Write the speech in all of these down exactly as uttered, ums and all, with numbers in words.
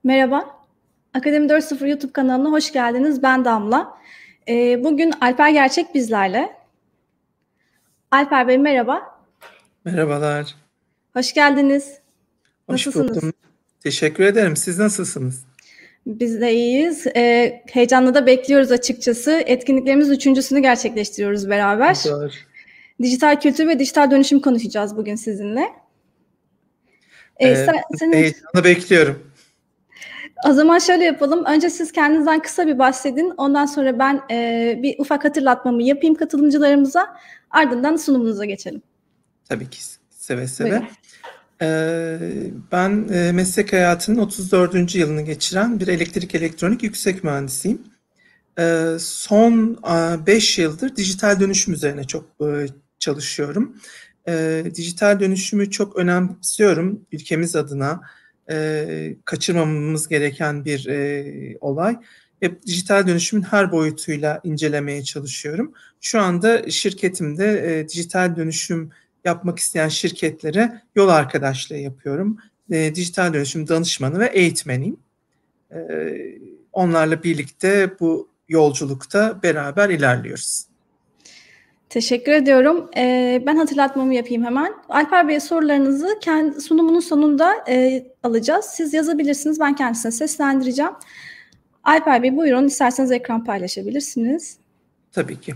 Merhaba, Akademi dört sıfır YouTube kanalına hoş geldiniz. Ben Damla. Eee, bugün Alper Gerçek bizlerle. Alper Bey merhaba. Merhabalar. Hoş geldiniz. Hoş Nasılsınız? buldum. Teşekkür ederim. Siz nasılsınız? Biz de iyiyiz. Eee, heyecanla da bekliyoruz açıkçası. Etkinliklerimizin üçüncüsünü gerçekleştiriyoruz beraber. Süper. Dijital kültür ve dijital dönüşüm konuşacağız bugün sizinle. Eee, Eee, sen senin heyecanla bekliyorum. O zaman şöyle yapalım. Önce siz kendinizden kısa bir bahsedin. Ondan sonra ben, eee, bir ufak hatırlatmamı yapayım katılımcılarımıza. Ardından sunumunuza geçelim. Tabii ki, seve Buyurun. seve. Eee, ben, eee, meslek hayatının otuz dördüncü yılını geçiren bir elektrik elektronik yüksek mühendisiyim. Eee, son, aaa, beş yıldır dijital dönüşüm üzerine çok, eee, çalışıyorum. Eee, dijital dönüşümü çok önemsiyorum ülkemiz adına. Eee, kaçırmamamız gereken bir, eee, olay ve dijital dönüşümün her boyutuyla incelemeye çalışıyorum. Şu anda şirketimde, eee, dijital dönüşüm yapmak isteyen şirketlere yol arkadaşlığı yapıyorum. Eee, dijital dönüşüm danışmanı ve eğitmeniyim. Eee, onlarla birlikte bu yolculukta beraber ilerliyoruz. Teşekkür ediyorum. Eee, ben hatırlatmamı yapayım hemen. Alper Bey'e sorularınızı kendi sunumunun sonunda, eee, alacağız. Siz yazabilirsiniz, ben kendisine seslendireceğim. Alper Bey buyurun, isterseniz ekran paylaşabilirsiniz. Tabii ki.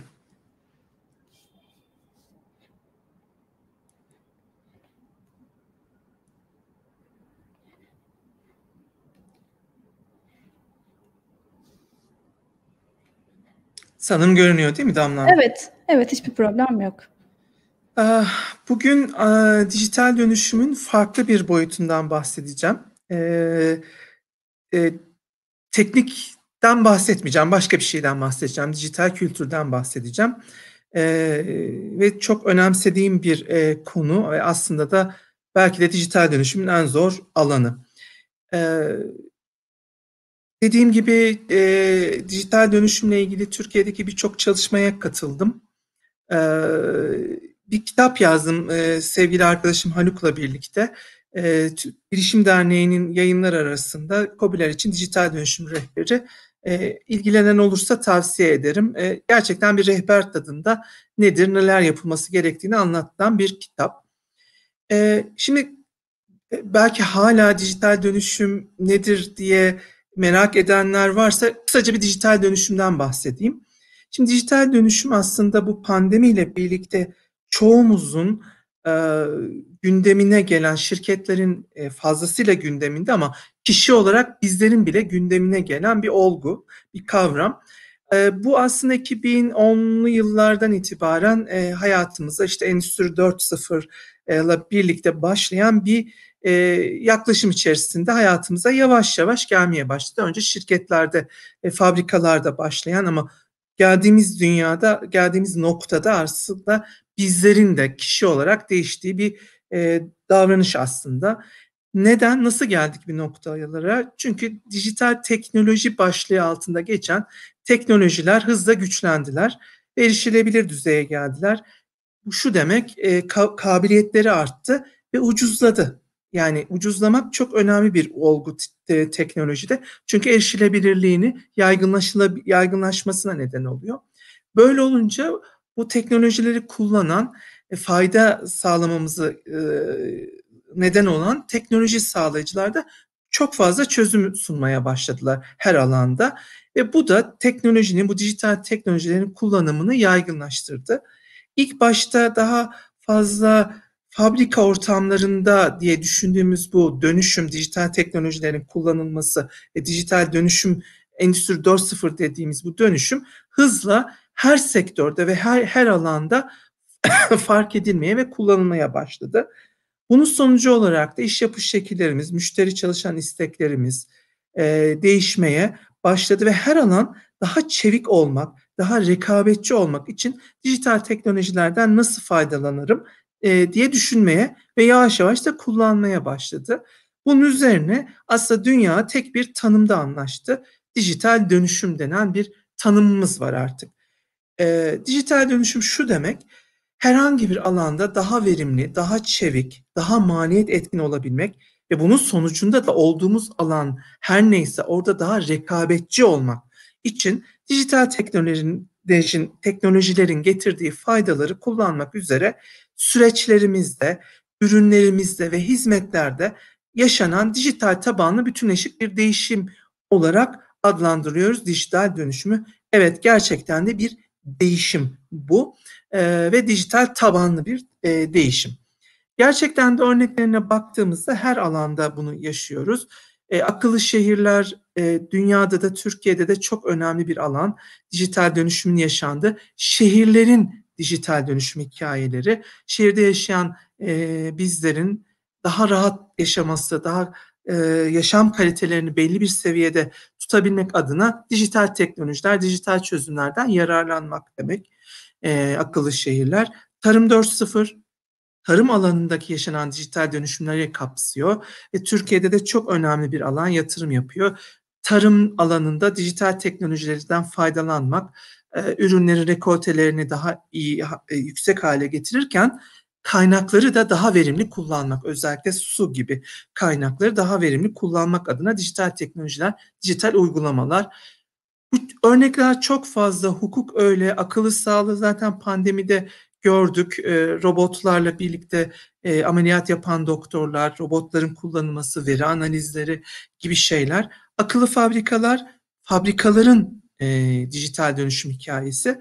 Sanırım görünüyor değil mi Damla Hanım? Evet, evet hiçbir problem yok. Ah, bugün, aaa, dijital dönüşümün farklı bir boyutundan bahsedeceğim. Eee, eee, teknikten bahsetmeyeceğim, başka bir şeyden bahsedeceğim. Dijital kültürden bahsedeceğim. Eee, ve çok önemsediğim bir, eee, konu ve aslında da belki de dijital dönüşümün en zor alanı. Eee Dediğim gibi, eee, dijital dönüşümle ilgili Türkiye'deki birçok çalışmaya katıldım. Eee, bir kitap yazdım, eee, sevgili arkadaşım Haluk'la birlikte. Eee, Tü Bilişim Derneği'nin yayınları arasında KOBİ'ler için Dijital Dönüşüm Rehberi. Eee, ilgilenen olursa tavsiye ederim. Eee, gerçekten bir rehber tadında nedir, neler yapılması gerektiğini anlatan bir kitap. Eee, şimdi, eee, belki hâlâ dijital dönüşüm nedir diye merak edenler varsa kısaca bir dijital dönüşümden bahsedeyim. Şimdi dijital dönüşüm aslında bu pandemiyle birlikte çoğumuzun, eee, gündemine gelen şirketlerin, eee, fazlasıyla gündeminde ama kişi olarak bizlerin bile gündemine gelen bir olgu, bir kavram. Eee, bu aslında iki bin onlu yıllardan itibaren, eee, hayatımıza işte Endüstri dört sıfır eee, la birlikte başlayan bir, eee, yaklaşım içerisinde hayatımıza yavaş yavaş gelmeye başladı. Önce şirketlerde, eee, fabrikalarda başlayan ama geldiğimiz dünyada, geldiğimiz noktada aslında bizlerin de kişi olarak değiştiği bir, eee, davranış aslında. Neden, nasıl geldik bir noktalara? Çünkü dijital teknoloji başlığı altında geçen teknolojiler hızla güçlendiler, erişilebilir düzeye geldiler. Bu şu demek, eee, ka kabiliyetleri arttı ve ucuzladı. Yani ucuzlamak çok önemli bir olgu t eee, teknolojide. Çünkü erişilebilirliğini yaygınlaşıla yaygınlaşmasına neden oluyor. Böyle olunca bu teknolojileri kullanan, eee, fayda sağlamamızı, ııı, neden olan teknoloji sağlayıcılar da çok fazla çözüm sunmaya başladılar her alanda ve bu da teknolojinin, bu dijital teknolojilerin kullanımını yaygınlaştırdı. İlk başta daha fazla fabrika ortamlarında diye düşündüğümüz bu dönüşüm, dijital teknolojilerin kullanılması ve dijital dönüşüm, Endüstri dört sıfır dediğimiz bu dönüşüm hızla her sektörde ve her her alanda fark edilmeye ve kullanılmaya başladı. Bunun sonucu olarak da iş yapış şekillerimiz, müşteri çalışan isteklerimiz, eee, değişmeye başladı ve her alan daha çevik olmak, daha rekabetçi olmak için dijital teknolojilerden nasıl faydalanırım, eee, diye düşünmeye ve yavaş yavaş da kullanmaya başladı. Bunun üzerine aslında dünya tek bir tanımda anlaştı. Dijital dönüşüm denen bir tanımımız var artık. Eee, dijital dönüşüm şu demek, herhangi bir alanda daha verimli, daha çevik, daha maliyet etkin olabilmek ve bunun sonucunda da olduğumuz alan her neyse orada daha rekabetçi olmak için dijital teknolojinin teknolojilerin getirdiği faydaları kullanmak üzere süreçlerimizde, ürünlerimizde ve hizmetlerde yaşanan dijital tabanlı bütünleşik bir değişim olarak adlandırıyoruz dijital dönüşümü. Evet, gerçekten de bir değişim bu ee, ve dijital tabanlı bir e, değişim. Gerçekten de örneklerine baktığımızda her alanda bunu yaşıyoruz. E, akıllı şehirler e, dünyada da Türkiye'de de çok önemli bir alan. Dijital dönüşümün yaşandığı şehirlerin dijital dönüşüm hikayeleri, şehirde yaşayan e, bizlerin daha rahat yaşaması, daha e, yaşam kalitelerini belli bir seviyede tutabilmek adına dijital teknolojiler, dijital çözümlerden yararlanmak demek. E, akıllı şehirler. Tarım dört nokta sıfır tarım alanındaki yaşanan dijital dönüşümleri kapsıyor ve Türkiye'de de çok önemli bir alan yatırım yapıyor. Tarım alanında dijital teknolojilerden faydalanmak, e, ürünlerin rekoltelerini daha iyi, e, yüksek hale getirirken kaynakları da daha verimli kullanmak, özellikle su gibi kaynakları daha verimli kullanmak adına dijital teknolojiler, dijital uygulamalar. Bu örnekler çok fazla, hukuk öyle, akıllı sağlığı zaten pandemide gördük. E, robotlarla birlikte e, ameliyat yapan doktorlar, robotların kullanılması, veri analizleri gibi şeyler. Akıllı fabrikalar, fabrikaların e, dijital dönüşüm hikayesi.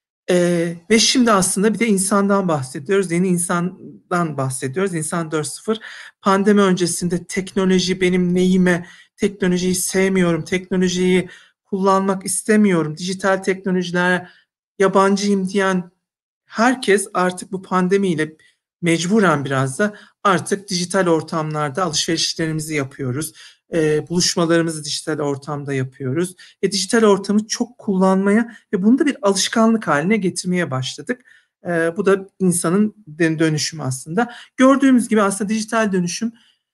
E, ve şimdi aslında bir de insandan bahsediyoruz, yeni insandan bahsediyoruz. İnsan dört nokta sıfır. Pandemi öncesinde teknoloji benim neyime, teknolojiyi sevmiyorum, teknolojiyi kullanmak istemiyorum, dijital teknolojilere yabancıyım diyen herkes artık bu pandemiyle mecburen biraz da artık dijital ortamlarda alışverişlerimizi yapıyoruz. E, buluşmalarımızı dijital ortamda yapıyoruz. E, dijital ortamı çok kullanmaya ve bunu da bir alışkanlık haline getirmeye başladık. E, bu da insanın dönüşümü aslında. Gördüğümüz gibi aslında dijital dönüşüm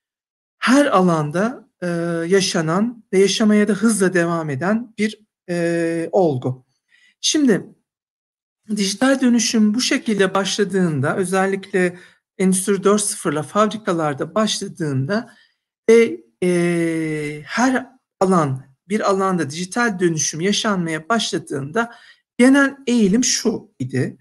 her alanda e, yaşanan ve yaşamaya da hızla devam eden bir e, olgu. Şimdi dijital dönüşüm bu şekilde başladığında, özellikle Endüstri dört nokta sıfırla fabrikalarda başladığında ve e, her alan, bir alanda dijital dönüşüm yaşanmaya başladığında genel eğilim şu idi.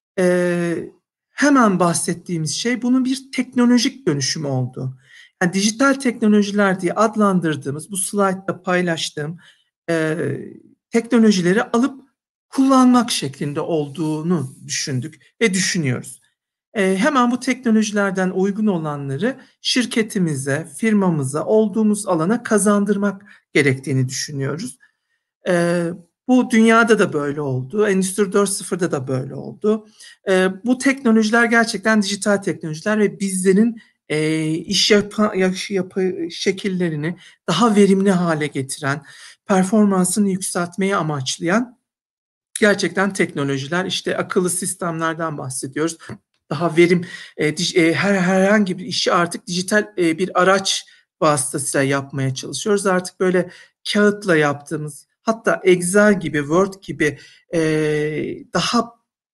E, hemen bahsettiğimiz şey bunun bir teknolojik dönüşüm oldu. Yani dijital teknolojiler diye adlandırdığımız, bu slaytta paylaştığım e, teknolojileri alıp kullanmak şeklinde olduğunu düşündük ve düşünüyoruz. E, hemen bu teknolojilerden uygun olanları şirketimize, firmamıza, olduğumuz alana kazandırmak gerektiğini düşünüyoruz. E, bu dünyada da böyle oldu. Endüstri dört nokta sıfırda da böyle oldu. E, bu teknolojiler gerçekten dijital teknolojiler ve bizlerin e, iş yapa, yapı şekillerini daha verimli hale getiren, performansını yükseltmeyi amaçlayan gerçekten teknolojiler. İşte akıllı sistemlerden bahsediyoruz. Daha verim, e, dij, e, her herhangi bir işi artık dijital e, bir araç vasıtasıyla yapmaya çalışıyoruz. Artık böyle kağıtla yaptığımız, hatta Excel gibi, Word gibi e, daha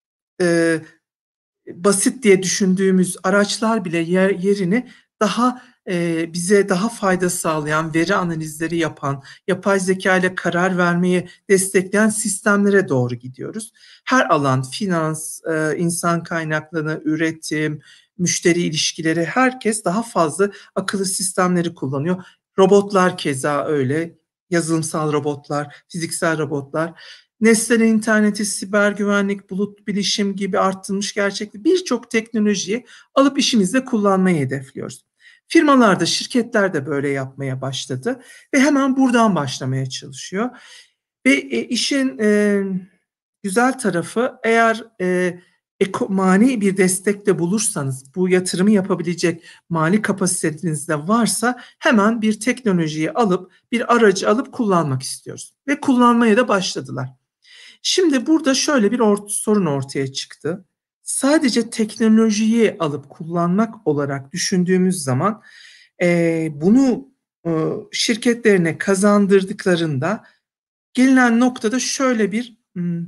e, basit diye düşündüğümüz araçlar bile yer, yerini daha e, bize daha fayda sağlayan, veri analizleri yapan, yapay zeka ile karar vermeyi destekleyen sistemlere doğru gidiyoruz. Her alan, finans, e, insan kaynakları, üretim, müşteri ilişkileri, herkes daha fazla akıllı sistemleri kullanıyor. Robotlar keza öyle, yazılımsal robotlar, fiziksel robotlar. Nesnenin interneti, siber güvenlik, bulut bilişim gibi arttırılmış gerçeklik birçok teknolojiyi alıp işimizde kullanmayı hedefliyoruz. Firmalar da, şirketler de böyle yapmaya başladı ve hemen buradan başlamaya çalışıyor. Ve e, işin e, güzel tarafı, eğer e, eko, mali bir destekte bulursanız, bu yatırımı yapabilecek mali kapasiteniz de varsa hemen bir teknolojiyi alıp, bir aracı alıp kullanmak istiyoruz. Ve kullanmaya da başladılar. Şimdi burada şöyle bir or- sorun ortaya çıktı. Sadece teknolojiyi alıp kullanmak olarak düşündüğümüz zaman e, bunu e, şirketlerine kazandırdıklarında gelinen noktada şöyle bir hmm,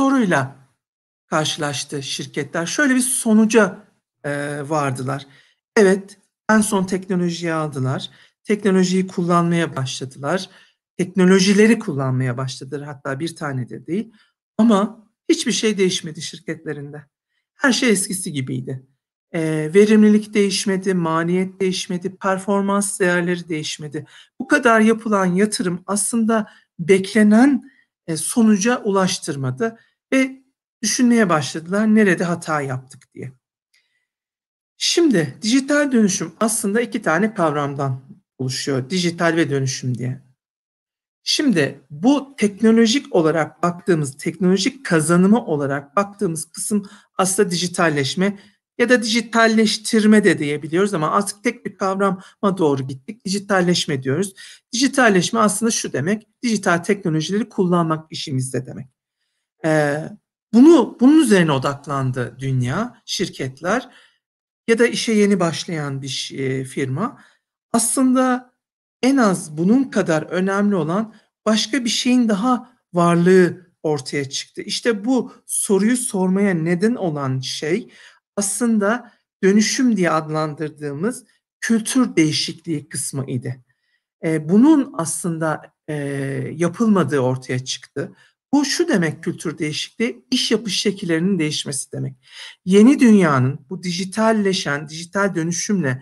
soruyla karşılaştı şirketler. Şöyle bir sonuca e, vardılar. Evet, en son teknolojiyi aldılar. Teknolojiyi kullanmaya başladılar. Teknolojileri kullanmaya başladılar, hatta bir tane de değil. Ama hiçbir şey değişmedi şirketlerinde. Her şey eskisi gibiydi. Eee, verimlilik değişmedi, maliyet değişmedi, performans değerleri değişmedi. Bu kadar yapılan yatırım aslında beklenen, eee, sonuca ulaştırmadı ve düşünmeye başladılar, nerede hata yaptık diye. Şimdi dijital dönüşüm aslında iki tane kavramdan oluşuyor, dijital ve dönüşüm diye. Şimdi bu teknolojik olarak baktığımız, teknolojik kazanımı olarak baktığımız kısım aslında dijitalleşme ya da dijitalleştirme de diyebiliyoruz ama artık tek bir kavrama doğru gittik. Dijitalleşme diyoruz. Dijitalleşme aslında şu demek, dijital teknolojileri kullanmak işimizde demek. Eee, bunu bunun üzerine odaklandı dünya, şirketler ya da işe yeni başlayan bir ş eee, firma. Aslında en az bunun kadar önemli olan başka bir şeyin daha varlığı ortaya çıktı. İşte bu soruyu sormaya neden olan şey aslında dönüşüm diye adlandırdığımız kültür değişikliği kısmı idi. Eee, bunun aslında, eee, yapılmadığı ortaya çıktı. Bu şu demek kültür değişikliği, iş yapış şekillerinin değişmesi demek. Yeni dünyanın bu dijitalleşen, dijital dönüşümle,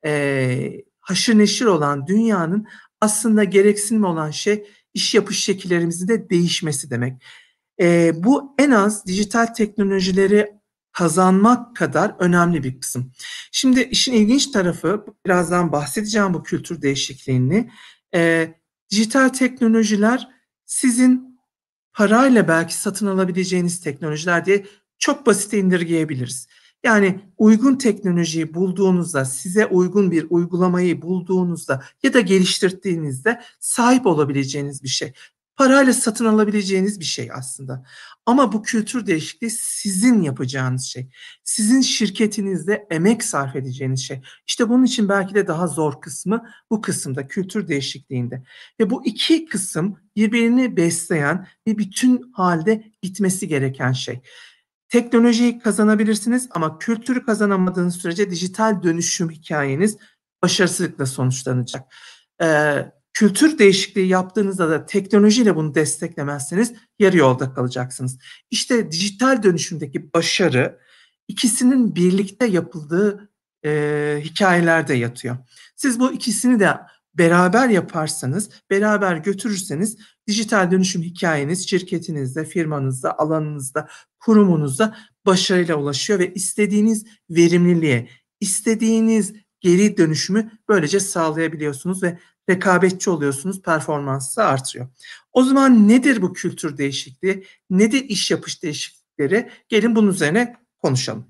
eee, haşır neşir olan dünyanın aslında gereksinimi olan şey iş yapış şekillerimizin de değişmesi demek. Eee, bu en az dijital teknolojileri kazanmak kadar önemli bir kısım. Şimdi işin ilginç tarafı, birazdan bahsedeceğim bu kültür değişikliğini. Eee, dijital teknolojiler sizin parayla belki satın alabileceğiniz teknolojiler diye çok basite indirgeyebiliriz. Yani uygun teknolojiyi bulduğunuzda, size uygun bir uygulamayı bulduğunuzda ya da geliştirdiğinizde sahip olabileceğiniz bir şey. Parayla satın alabileceğiniz bir şey aslında. Ama bu kültür değişikliği sizin yapacağınız şey. Sizin şirketinizde emek sarf edeceğiniz şey. İşte bunun için belki de daha zor kısmı bu kısımda, kültür değişikliğinde. Ve bu iki kısım birbirini besleyen bir bütün halde gitmesi gereken şey. Teknolojiyi kazanabilirsiniz ama kültürü kazanamadığınız sürece dijital dönüşüm hikâyeniz başarısızlıkla sonuçlanacak. Eee, kültür değişikliği yaptığınızda da teknolojiyle bunu desteklemezseniz yarı yolda kalacaksınız. İşte dijital dönüşümdeki başarı ikisinin birlikte yapıldığı, eee, hikâyelerde yatıyor. Siz bu ikisini de beraber yaparsanız, beraber götürürseniz dijital dönüşüm hikâyeniz şirketinizde, firmanızda, alanınızda, kurumunuzda başarıyla ulaşıyor ve istediğiniz verimliliğe, istediğiniz geri dönüşümü böylece sağlayabiliyorsunuz ve rekabetçi oluyorsunuz, performans da artıyor. O zaman nedir bu kültür değişikliği? Nedir iş yapış değişiklikleri? Gelin bunun üzerine konuşalım.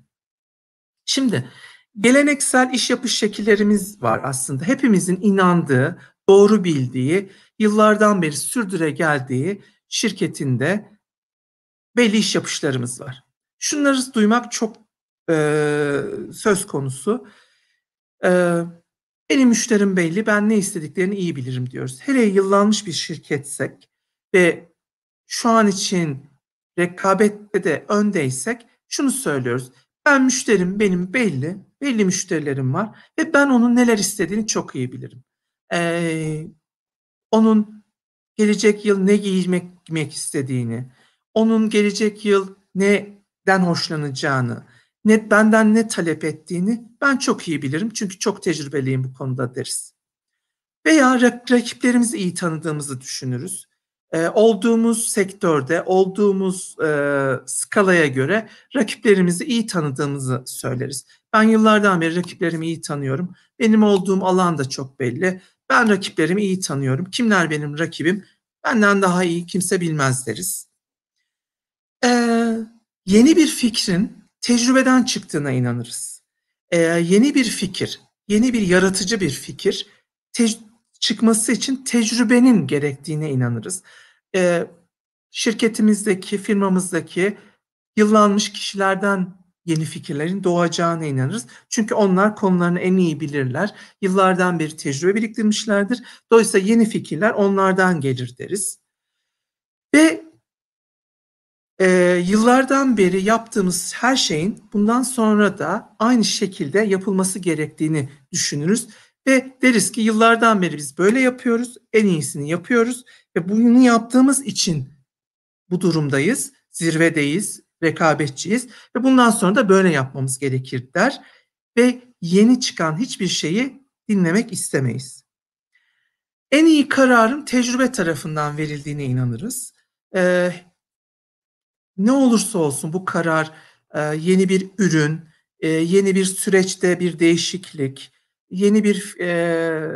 Şimdi geleneksel iş yapış şekillerimiz var aslında. Hepimizin inandığı, doğru bildiği, yıllardan beri sürdüre geldiği şirketinde belli iş yapışlarımız var. Şunları duymak çok, eee, söz konusu. Eee, benim müşterim belli, ben ne istediklerini iyi bilirim diyoruz. Hele yıllanmış bir şirketsek ve şu an için rekabette de öndeysek şunu söylüyoruz. Ben müşterim benim belli, belli müşterilerim var ve ben onun neler istediğini çok iyi bilirim. Eee, onun gelecek yıl ne giymek giymek istediğini, onun gelecek yıl neden hoşlanacağını, ne benden ne talep ettiğini ben çok iyi bilirim çünkü çok tecrübeliyim bu konuda deriz. Veya rak rakiplerimizi iyi tanıdığımızı düşünürüz. Eee, olduğumuz sektörde, olduğumuz, eee, skalaya göre rakiplerimizi iyi tanıdığımızı söyleriz. Ben yıllardan beri rakiplerimi iyi tanıyorum. Benim olduğum alan da çok belli. Ben rakiplerimi iyi tanıyorum. Kimler benim rakibim? Benden daha iyi kimse bilmez deriz. Eee, yeni bir fikrin tecrübeden çıktığına inanırız. Eee, yeni bir fikir, yeni bir yaratıcı bir fikir tec çıkması için tecrübenin gerektiğine inanırız. Eee, şirketimizdeki, firmamızdaki yıllanmış kişilerden yeni fikirlerin doğacağına inanırız. Çünkü onlar konularını en iyi bilirler. Yıllardan beri tecrübe biriktirmişlerdir. Dolayısıyla yeni fikirler onlardan gelir deriz. Ve Eee, yıllardan beri yaptığımız her şeyin bundan sonra da aynı şekilde yapılması gerektiğini düşünürüz ve deriz ki yıllardan beri biz böyle yapıyoruz, en iyisini yapıyoruz ve bunu yaptığımız için bu durumdayız, zirvedeyiz, rekabetçiyiz ve bundan sonra da böyle yapmamız gerekir der ve yeni çıkan hiçbir şeyi dinlemek istemeyiz. En iyi kararın tecrübe tarafından verildiğine inanırız. Eee, ne olursa olsun bu karar, eee, yeni bir ürün, eee, yeni bir süreçte bir değişiklik, yeni bir eee,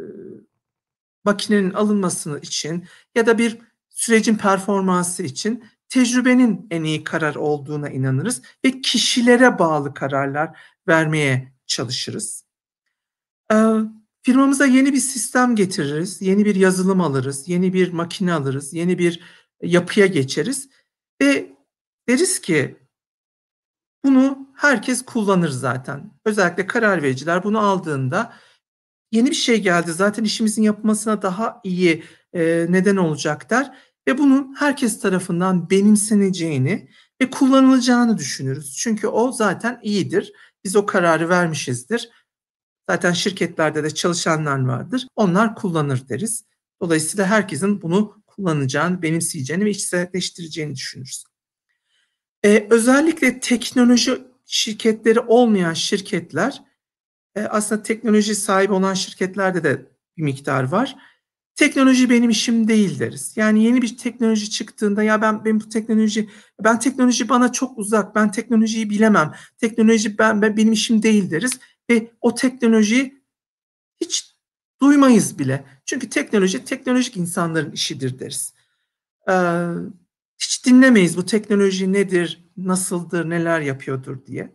makinenin alınması için ya da bir sürecin performansı için tecrübenin en iyi karar olduğuna inanırız ve kişilere bağlı kararlar vermeye çalışırız. Eee, firmamıza yeni bir sistem getiririz, yeni bir yazılım alırız, yeni bir makine alırız, yeni bir yapıya geçeriz ve deriz ki bunu herkes kullanır zaten. Özellikle karar vericiler bunu aldığında yeni bir şey geldi, zaten işimizin yapılmasına daha iyi, eee, neden olacak der ve bunun herkes tarafından benimseneceğini ve kullanılacağını düşünürüz. Çünkü o zaten iyidir. Biz o kararı vermişizdir. Zaten şirketlerde de çalışanlar vardır. Onlar kullanır deriz. Dolayısıyla herkesin bunu kullanacağını, benimseyeceğini ve içselleştireceğini düşünürüz. Eee, özellikle teknoloji şirketleri olmayan şirketler, eee, aslında teknoloji sahibi olan şirketlerde de bir miktar var. Teknoloji benim işim değil deriz. Yani yeni bir teknoloji çıktığında ya ben benim bu teknoloji ben teknoloji bana çok uzak, ben teknolojiyi bilemem, teknoloji ben, ben benim işim değil deriz ve o teknolojiyi hiç duymayız bile. Çünkü teknoloji teknolojik insanların işidir deriz. Eee, hiç dinlemeyiz bu teknoloji nedir, nasıldır, neler yapıyordur diye.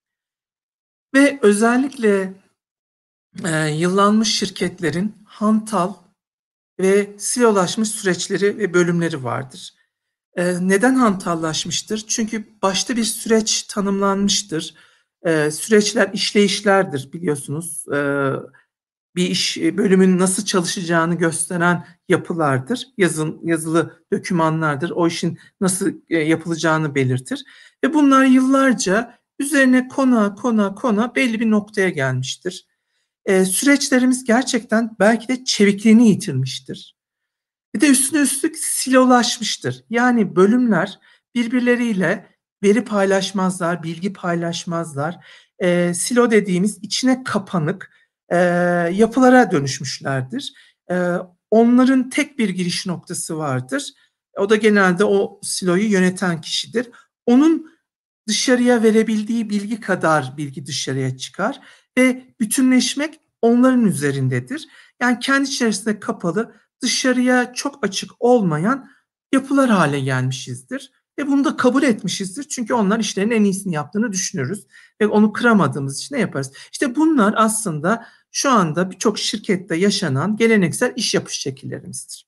Ve özellikle eee, yıllanmış şirketlerin hantal ve silolaşmış süreçleri ve bölümleri vardır. Eee, neden hantallaşmıştır? Çünkü başta bir süreç tanımlanmıştır. Eee, süreçler işleyişlerdir biliyorsunuz. Eee, bir iş bölümün nasıl çalışacağını gösteren yapılardır. Yazın, yazılı dokümanlardır. O işin nasıl eee, yapılacağını belirtir. Ve bunlar yıllarca üzerine kona kona kona belli bir noktaya gelmiştir. Eee, süreçlerimiz gerçekten belki de çevikliğini yitirmiştir. Bir de üstüne üstlük silolaşmıştır. Yani bölümler birbirleriyle veri paylaşmazlar, bilgi paylaşmazlar. Eee, silo dediğimiz içine kapanık, eee, yapılara dönüşmüşlerdir. Eee, onların tek bir giriş noktası vardır. O da genelde o siloyu yöneten kişidir. Onun dışarıya verebildiği bilgi kadar bilgi dışarıya çıkar ve bütünleşmek onların üzerindedir. Yani kendi içerisinde kapalı, dışarıya çok açık olmayan yapılar hale gelmişizdir ve bunu da kabul etmişizdir. Çünkü onlar işlerin en iyisini yaptığını düşünürüz ve onu kıramadığımız için ne yaparız? İşte bunlar aslında şu anda birçok şirkette yaşanan geleneksel iş yapış şekillerimizdir.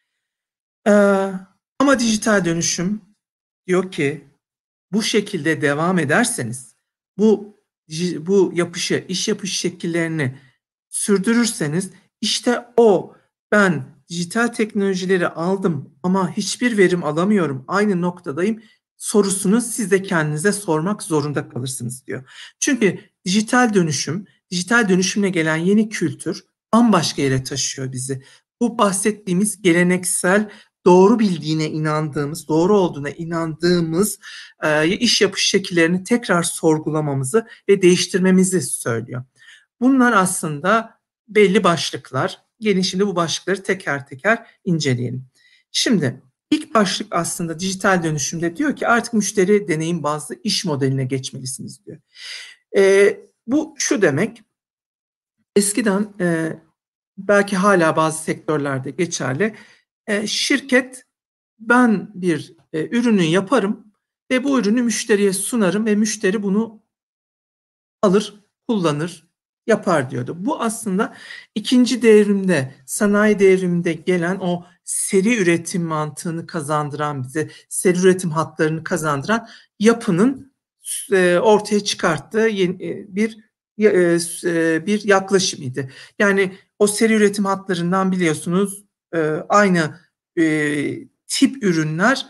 Eee, ama dijital dönüşüm diyor ki bu şekilde devam ederseniz, bu bu yapışı, iş yapış şekillerini sürdürürseniz işte o ben dijital teknolojileri aldım ama hiçbir verim alamıyorum, aynı noktadayım sorusunu siz de kendinize sormak zorunda kalırsınız diyor. Çünkü dijital dönüşüm, dijital dönüşümle gelen yeni kültür bambaşka yere taşıyor bizi. Bu bahsettiğimiz geleneksel doğru bildiğine inandığımız, doğru olduğuna inandığımız e, iş yapış şekillerini tekrar sorgulamamızı ve değiştirmemizi söylüyor. Bunlar aslında belli başlıklar. Gelin şimdi bu başlıkları teker teker inceleyelim. Şimdi ilk başlık aslında dijital dönüşümde diyor ki artık müşteri deneyim bazlı iş modeline geçmelisiniz diyor. E, bu şu demek, eskiden e, belki hala bazı sektörlerde geçerli, e, şirket ben bir e, ürünü yaparım ve bu ürünü müşteriye sunarım ve müşteri bunu alır, kullanır, yapar diyordu. Bu aslında ikinci devrimde, sanayi devriminde gelen o seri üretim mantığını kazandıran bize, seri üretim hatlarını kazandıran yapının e, ortaya çıkarttığı yeni, e, bir e, bir yaklaşımıydı. Yani o seri üretim hatlarından biliyorsunuz e, aynı e, tip ürünler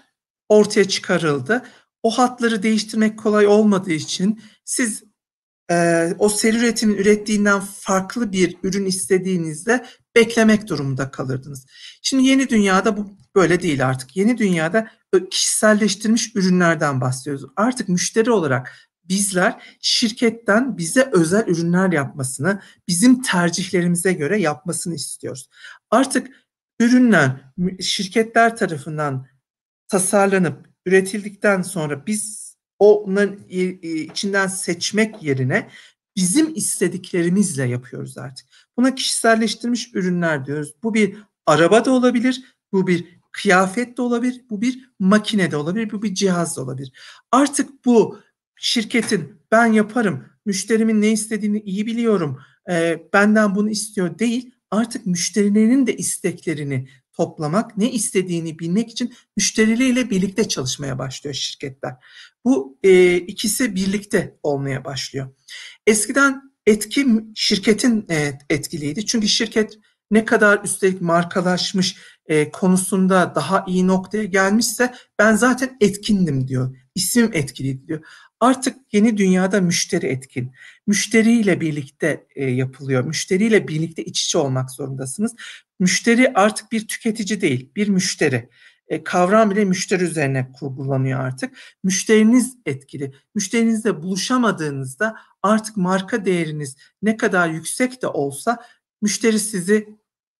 ortaya çıkarıldı. O hatları değiştirmek kolay olmadığı için siz e, o seri üretimin ürettiğinden farklı bir ürün istediğinizde beklemek durumunda kalırdınız. Şimdi yeni dünyada bu böyle değil artık. Yeni dünyada kişiselleştirilmiş ürünlerden bahsediyoruz. Artık müşteri olarak bizler şirketten bize özel ürünler yapmasını, bizim tercihlerimize göre yapmasını istiyoruz. Artık ürünler şirketler tarafından tasarlanıp üretildikten sonra biz onların içinden seçmek yerine bizim istediklerimizle yapıyoruz artık. Buna kişiselleştirilmiş ürünler diyoruz. Bu bir araba da olabilir, bu bir kıyafet de olabilir, bu bir makine de olabilir, bu bir cihaz da olabilir. Artık bu şirketin ben yaparım, müşterimin ne istediğini iyi biliyorum, e, benden bunu istiyor değil, artık müşterilerin de isteklerini toplamak, ne istediğini bilmek için müşterileriyle birlikte çalışmaya başlıyor şirketler. Bu e, ikisi birlikte olmaya başlıyor. Eskiden etki şirketin e, etkiliydi. Çünkü şirket ne kadar üstelik markalaşmış e, konusunda daha iyi noktaya gelmişse ben zaten etkindim diyor. İsmim etkiliydi diyor. Artık yeni dünyada müşteri etkin. Müşteriyle birlikte e, yapılıyor. Müşteriyle birlikte iç içe olmak zorundasınız. Müşteri artık bir tüketici değil, bir müşteri. E, kavram bile müşteri üzerine kurgulanıyor artık. Müşteriniz etkili. Müşterinizle buluşamadığınızda artık marka değeriniz ne kadar yüksek de olsa müşteri sizi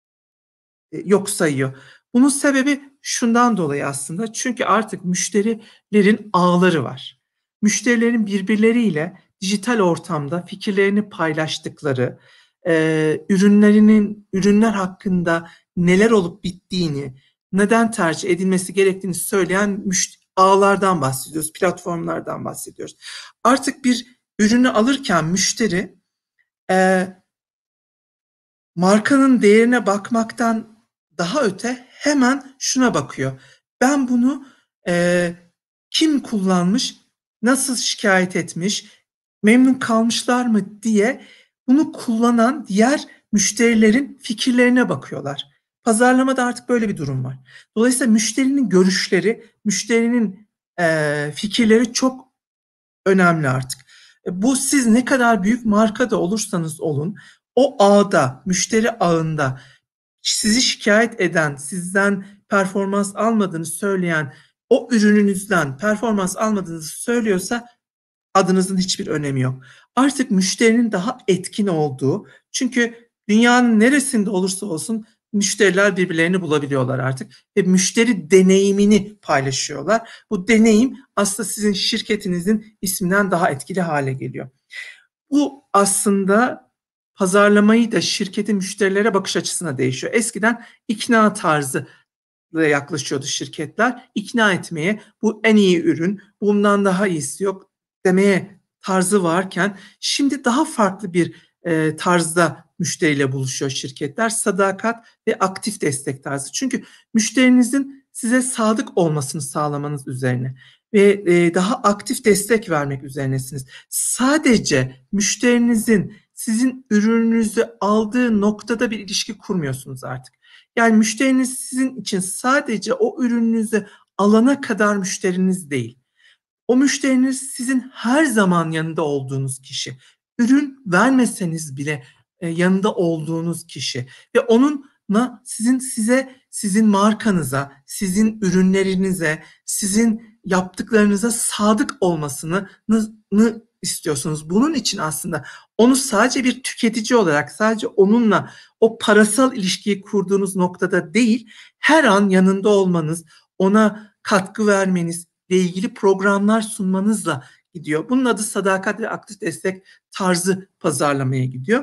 e, yok sayıyor. Bunun sebebi şundan dolayı aslında. Çünkü artık müşterilerin ağları var. Müşterilerin birbirleriyle dijital ortamda fikirlerini paylaştıkları, e, ürünlerinin ürünler hakkında neler olup bittiğini, neden tercih edilmesi gerektiğini söyleyen müşt- ağlardan bahsediyoruz, platformlardan bahsediyoruz. Artık bir ürünü alırken müşteri e, markanın değerine bakmaktan daha öte hemen şuna bakıyor. Ben bunu e, kim kullanmış, nasıl şikayet etmiş, memnun kalmışlar mı diye bunu kullanan diğer müşterilerin fikirlerine bakıyorlar. Pazarlamada artık böyle bir durum var. Dolayısıyla müşterinin görüşleri, müşterinin e, fikirleri çok önemli artık. E, bu siz ne kadar büyük marka da olursanız olun, o ağda, müşteri ağında sizi şikayet eden, sizden performans almadığını söyleyen, o ürününüzden performans almadığınızı söylüyorsa adınızın hiçbir önemi yok. Artık müşterinin daha etkin olduğu, çünkü dünyanın neresinde olursa olsun müşteriler birbirlerini bulabiliyorlar artık ve müşteri deneyimini paylaşıyorlar. Bu deneyim aslında sizin şirketinizin isminden daha etkili hale geliyor. Bu aslında pazarlamayı da şirketin müşterilere bakış açısına değişiyor. Eskiden ikna tarzı yaklaşıyordu şirketler. İkna etmeye, bu en iyi ürün, bundan daha iyisi yok demeye tarzı varken şimdi daha farklı bir e, tarzda müşteriyle buluşuyor şirketler. Sadakat ve aktif destek tarzı. Çünkü müşterinizin size sadık olmasını sağlamanız üzerine ve e, daha aktif destek vermek üzerinesiniz. Sadece müşterinizin sizin ürününüzü aldığı noktada bir ilişki kurmuyorsunuz artık. Yani müşteriniz sizin için sadece o ürününüzü alana kadar müşteriniz değil. O müşteriniz sizin her zaman yanında olduğunuz kişi. Ürün vermeseniz bile e, yanında olduğunuz kişi ve onunla sizin size, sizin markanıza, sizin ürünlerinize, sizin yaptıklarınıza sadık olmasını istiyorsunuz. Bunun için aslında onu sadece bir tüketici olarak, sadece onunla o parasal ilişkiyi kurduğunuz noktada değil, her an yanında olmanız, ona katkı vermeniz ile ilgili programlar sunmanızla gidiyor. Bunun adı sadakat ve aktif destek tarzı pazarlamaya gidiyor.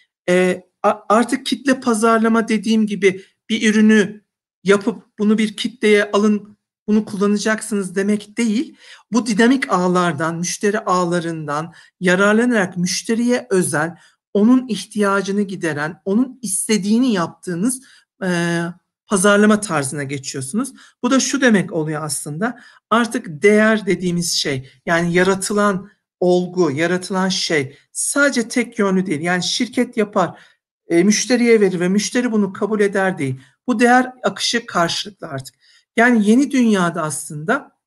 E, artık kitle pazarlama dediğim gibi bir ürünü yapıp bunu bir kitleye alın, bunu kullanacaksınız demek değil. Bu dinamik ağlardan, müşteri ağlarından yararlanarak müşteriye özel, onun ihtiyacını gideren, onun istediğini yaptığınız e, pazarlama tarzına geçiyorsunuz. Bu da şu demek oluyor aslında. Artık değer dediğimiz şey, yani yaratılan olgu, yaratılan şey sadece tek yönlü değil. Yani şirket yapar, e, müşteriye verir ve müşteri bunu kabul eder değil. Bu değer akışı karşılıklı artık. Yani yeni dünyada aslında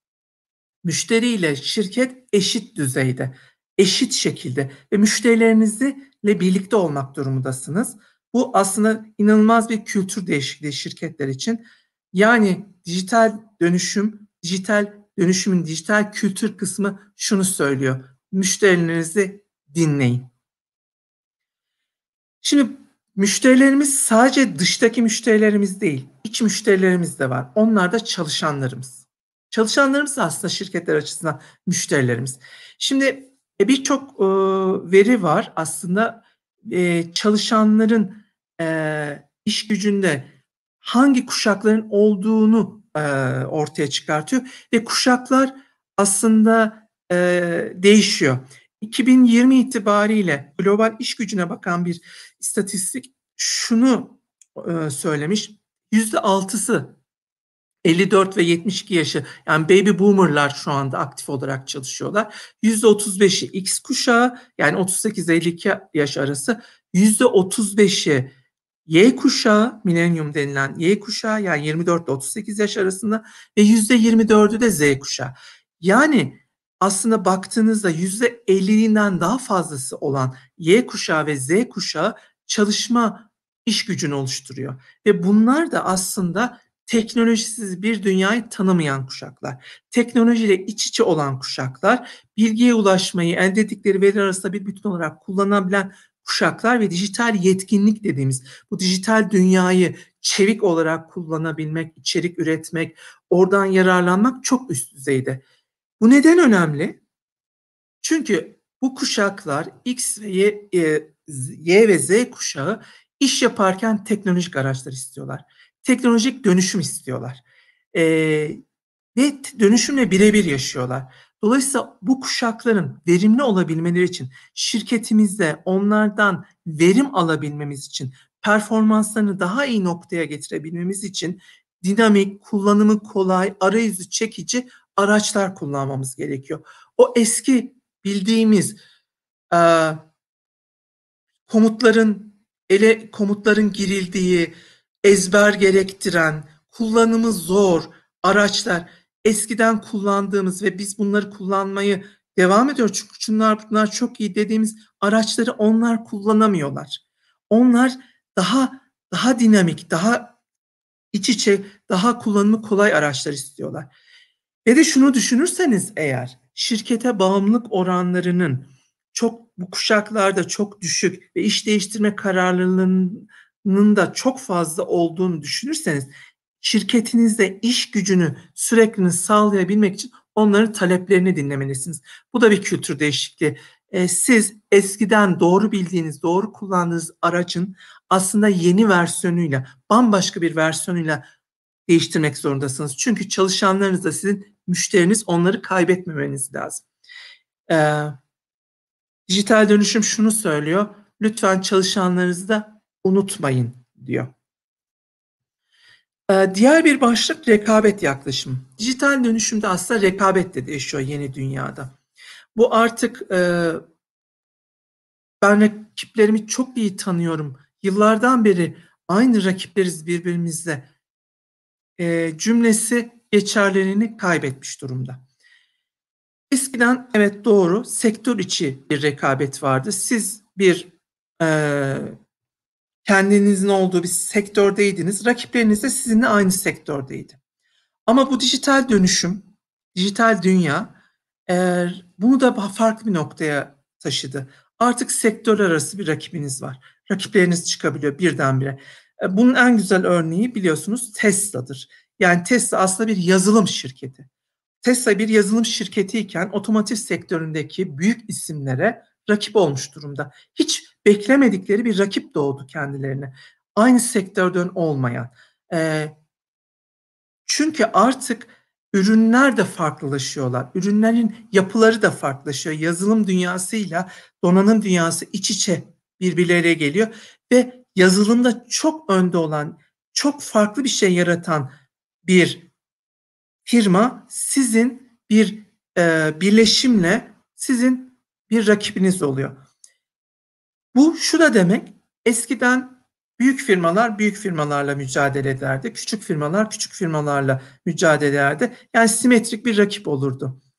müşteriyle şirket eşit düzeyde, eşit şekilde ve müşterilerinizle birlikte olmak durumundasınız. Bu aslında inanılmaz bir kültür değişikliği şirketler için. Yani dijital dönüşüm, dijital dönüşümün dijital kültür kısmı şunu söylüyor: müşterilerinizi dinleyin. Şimdi müşterilerimiz sadece dıştaki müşterilerimiz değil, iç müşterilerimiz de var. Onlar da çalışanlarımız. Çalışanlarımız da aslında şirketler açısından müşterilerimiz. Şimdi e, birçok e, veri var aslında e, çalışanların e, iş gücünde hangi kuşakların olduğunu e, ortaya çıkartıyor ve kuşaklar aslında e, değişiyor. iki bin yirmi itibariyle global iş gücüne bakan bir istatistik şunu e, söylemiş: yüzde altısı elli dört ve yetmiş iki yaşı, yani baby boomerlar şu anda aktif olarak çalışıyorlar. yüzde otuz beşi X kuşağı, yani otuz sekiz elli iki yaş arası. yüzde otuz beşi Y kuşağı, milenyum denilen Y kuşağı, yani yirmi dört ile otuz sekiz yaş arasında ve yüzde yirmi dördü de Z kuşağı. Yani aslında baktığınızda yüzde ellinden daha fazlası olan Y kuşağı ve Z kuşağı çalışma iş gücünü oluşturuyor. Ve bunlar da aslında teknolojisiz bir dünyayı tanımayan kuşaklar. Teknolojiyle iç içe olan kuşaklar, bilgiye ulaşmayı elde ettikleri veri arasında bir bütün olarak kullanabilen kuşaklar ve dijital yetkinlik dediğimiz bu dijital dünyayı çevik olarak kullanabilmek, içerik üretmek, oradan yararlanmak çok üst düzeyde. Bu neden önemli? Çünkü bu kuşaklar X ve Y, Y ve Z kuşağı iş yaparken teknolojik araçlar istiyorlar. Teknolojik dönüşüm istiyorlar. Ee, ve dönüşümle birebir yaşıyorlar. Dolayısıyla bu kuşakların verimli olabilmeleri için, şirketimizde onlardan verim alabilmemiz için, performanslarını daha iyi noktaya getirebilmemiz için dinamik, kullanımı kolay, arayüzü çekici araçlar kullanmamız gerekiyor. O eski bildiğimiz e, komutların ele komutların girildiği, ezber gerektiren, kullanımı zor araçlar, eskiden kullandığımız ve biz bunları kullanmayı devam ediyoruz. Çünkü şunlar bunlar çok iyi dediğimiz araçları onlar kullanamıyorlar. Onlar daha daha dinamik, daha iç içe, daha kullanımı kolay araçlar istiyorlar. Ve de şunu düşünürseniz eğer, şirkete bağımlılık oranlarının çok bu kuşaklarda çok düşük ve iş değiştirme kararlılığının da çok fazla olduğunu düşünürseniz, şirketinizde iş gücünü sürekli sağlayabilmek için onların taleplerini dinlemelisiniz. Bu da bir kültür değişikliği. Ee, siz eskiden doğru bildiğiniz, doğru kullandığınız aracın aslında yeni versiyonuyla, bambaşka bir versiyonuyla değiştirmek zorundasınız. Çünkü çalışanlarınız da sizin müşteriniz, onları kaybetmemeniz lazım. Ee, dijital dönüşüm şunu söylüyor: lütfen çalışanlarınızı da unutmayın diyor. Ee, diğer bir başlık rekabet yaklaşımı. Dijital dönüşümde aslında rekabet de değişiyor yeni dünyada. Bu artık e, ben rakiplerimi çok iyi tanıyorum. Yıllardan beri aynı rakipleriz birbirimizle e, cümlesi geçerliliğini kaybetmiş durumda. Eskiden evet doğru sektör içi bir rekabet vardı. Siz bir e, kendinizin olduğu bir sektördeydiniz. Rakipleriniz de sizinle aynı sektördeydi. Ama bu dijital dönüşüm, dijital dünya e, bunu da farklı bir noktaya taşıdı. Artık sektör arası bir rakibiniz var. Rakipleriniz çıkabiliyor birdenbire. E, bunun en güzel örneği biliyorsunuz Tesla'dır. Yani Tesla aslında bir yazılım şirketi. Tesla bir yazılım şirketiyken otomotiv sektöründeki büyük isimlere rakip olmuş durumda. Hiç beklemedikleri bir rakip doğdu kendilerine. Aynı sektörden olmayan. E, çünkü artık ürünler de farklılaşıyorlar. Ürünlerin yapıları da farklılaşıyor. Yazılım dünyasıyla donanım dünyası iç içe birbirleriyle geliyor ve yazılımda çok önde olan, çok farklı bir şey yaratan bir firma sizin bir e, birleşimle sizin bir rakibiniz oluyor. Bu şu da demek: eskiden büyük firmalar büyük firmalarla mücadele ederdi. Küçük firmalar küçük firmalarla mücadele ederdi. Yani simetrik bir rakip olurdu.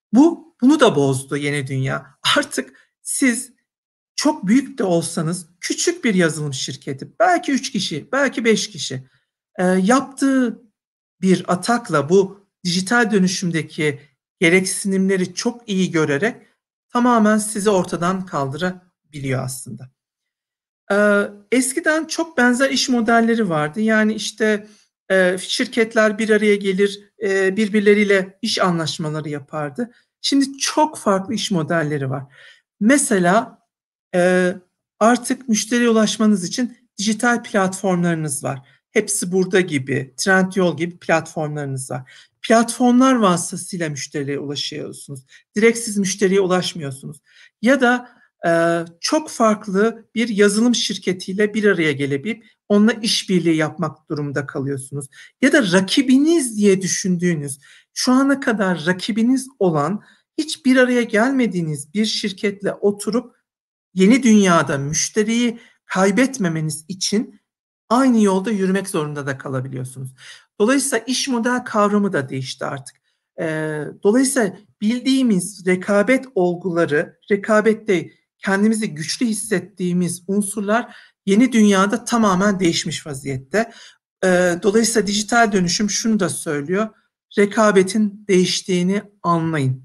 Bu bunu da bozdu yeni dünya. Artık siz çok büyük de olsanız küçük bir yazılım şirketi, belki üç kişi, belki beş kişi e, yaptığı bir atakla bu dijital dönüşümdeki gereksinimleri çok iyi görerek tamamen sizi ortadan kaldırabiliyor aslında. Ee, eskiden çok benzer iş modelleri vardı. Yani işte e, şirketler bir araya gelir, e, birbirleriyle iş anlaşmaları yapardı. Şimdi çok farklı iş modelleri var. Mesela e, artık müşteriye ulaşmanız için dijital platformlarınız var. Hepsi burada gibi, Trendyol gibi platformlarınız var. Platformlar vasıtasıyla müşteriye ulaşıyorsunuz. Direkt siz müşteriye ulaşmıyorsunuz. Ya da e, çok farklı bir yazılım şirketiyle bir araya gelebilip onunla işbirliği yapmak durumunda kalıyorsunuz. Ya da rakibiniz diye düşündüğünüz, şu ana kadar rakibiniz olan, hiç bir araya gelmediğiniz bir şirketle oturup yeni dünyada müşteriyi kaybetmemeniz için aynı yolda yürümek zorunda da kalabiliyorsunuz. Dolayısıyla iş model kavramı da değişti artık. Ee, dolayısıyla bildiğimiz rekabet olguları, rekabette kendimizi güçlü hissettiğimiz unsurlar yeni dünyada tamamen değişmiş vaziyette. Ee, dolayısıyla dijital dönüşüm şunu da söylüyor, rekabetin değiştiğini anlayın.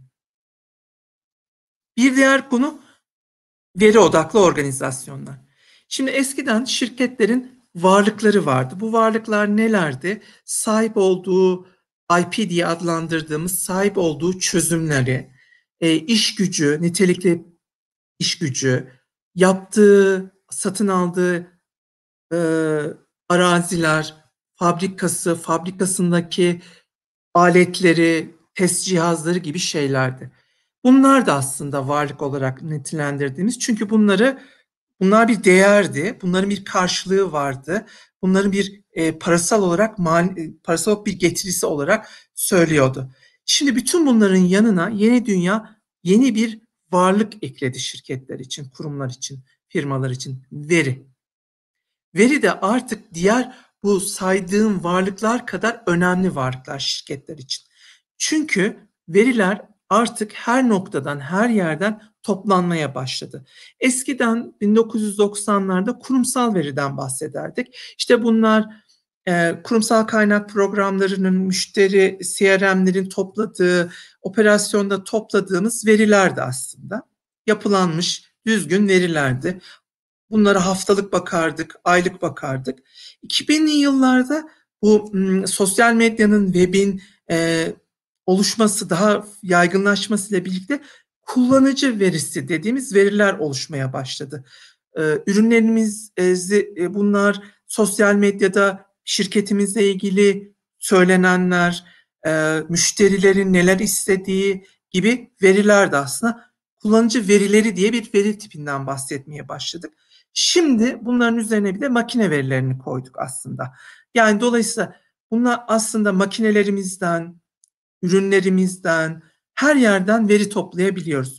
Bir diğer konu veri odaklı organizasyonlar. Şimdi eskiden şirketlerin varlıkları vardı. Bu varlıklar nelerdi? Sahip olduğu I P diye adlandırdığımız sahip olduğu çözümleri, e, iş gücü, nitelikli iş gücü, yaptığı, satın aldığı e, araziler, fabrikası, fabrikasındaki aletleri, test cihazları gibi şeylerdi. Bunlar da aslında varlık olarak nitelendirdiğimiz. Çünkü bunları bunlar bir değerdi. Bunların bir karşılığı vardı. Bunların bir e, parasal olarak mal, e, parasal bir getirisi olarak söylüyordu. Şimdi bütün bunların yanına yeni dünya yeni bir varlık ekledi şirketler için, kurumlar için, firmalar için, veri. Veri de artık diğer bu saydığım varlıklar kadar önemli varlıklar şirketler için. Çünkü veriler artık her noktadan, her yerden toplanmaya başladı. Eskiden bin dokuz yüz doksanlarda kurumsal veriden bahsederdik. İşte bunlar e, kurumsal kaynak programlarının, müşteri C R M'lerin topladığı, operasyonda topladığımız verilerdi aslında. Yapılanmış, düzgün verilerdi. Bunlara haftalık bakardık, aylık bakardık. iki binli yıllarda bu m, sosyal medyanın, webin e, oluşması, daha yaygınlaşmasıyla birlikte kullanıcı verisi dediğimiz veriler oluşmaya başladı. E, ürünlerimiz, e, bunlar sosyal medyada şirketimizle ilgili söylenenler, e, müşterilerin neler istediği gibi veriler de aslında kullanıcı verileri diye bir veri tipinden bahsetmeye başladık. Şimdi bunların üzerine bir de makine verilerini koyduk aslında. Yani dolayısıyla bunlar aslında makinelerimizden, ürünlerimizden, her yerden veri toplayabiliyoruz.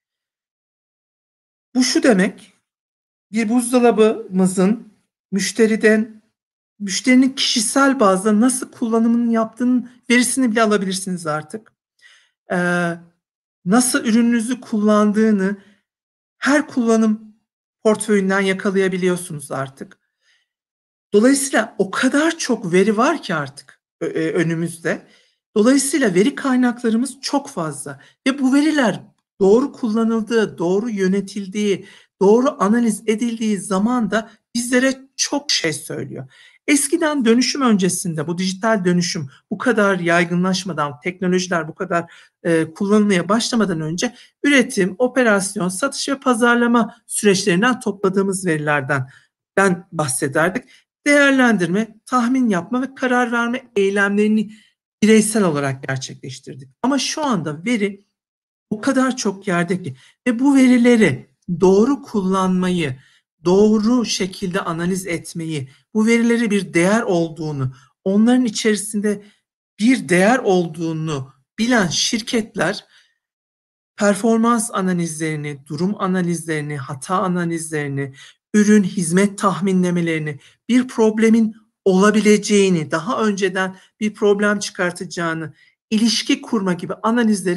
Bu şu demek, bir buzdolabımızın müşteriden, müşterinin kişisel bazda nasıl kullanımını yaptığının verisini bile alabilirsiniz artık. Ee, nasıl ürününüzü kullandığını her kullanım portföyünden yakalayabiliyorsunuz artık. Dolayısıyla o kadar çok veri var ki artık önümüzde. Dolayısıyla veri kaynaklarımız çok fazla ve bu veriler doğru kullanıldığı, doğru yönetildiği, doğru analiz edildiği zaman da bizlere çok şey söylüyor. Eskiden dönüşüm öncesinde bu dijital dönüşüm bu kadar yaygınlaşmadan, teknolojiler bu kadar e, kullanılmaya başlamadan önce üretim, operasyon, satış ve pazarlama süreçlerinden topladığımız verilerden ben bahsederdik. Değerlendirme, tahmin yapma ve karar verme eylemlerini bireysel olarak gerçekleştirdik. Ama şu anda veri o kadar çok yerde ki ve bu verileri doğru kullanmayı, doğru şekilde analiz etmeyi, bu verileri bir değer olduğunu, onların içerisinde bir değer olduğunu bilen şirketler performans analizlerini, durum analizlerini, hata analizlerini, ürün, hizmet tahminlemelerini, bir problemin olabileceğini, daha önceden bir problem çıkartacağını, ilişki kurma gibi analizleri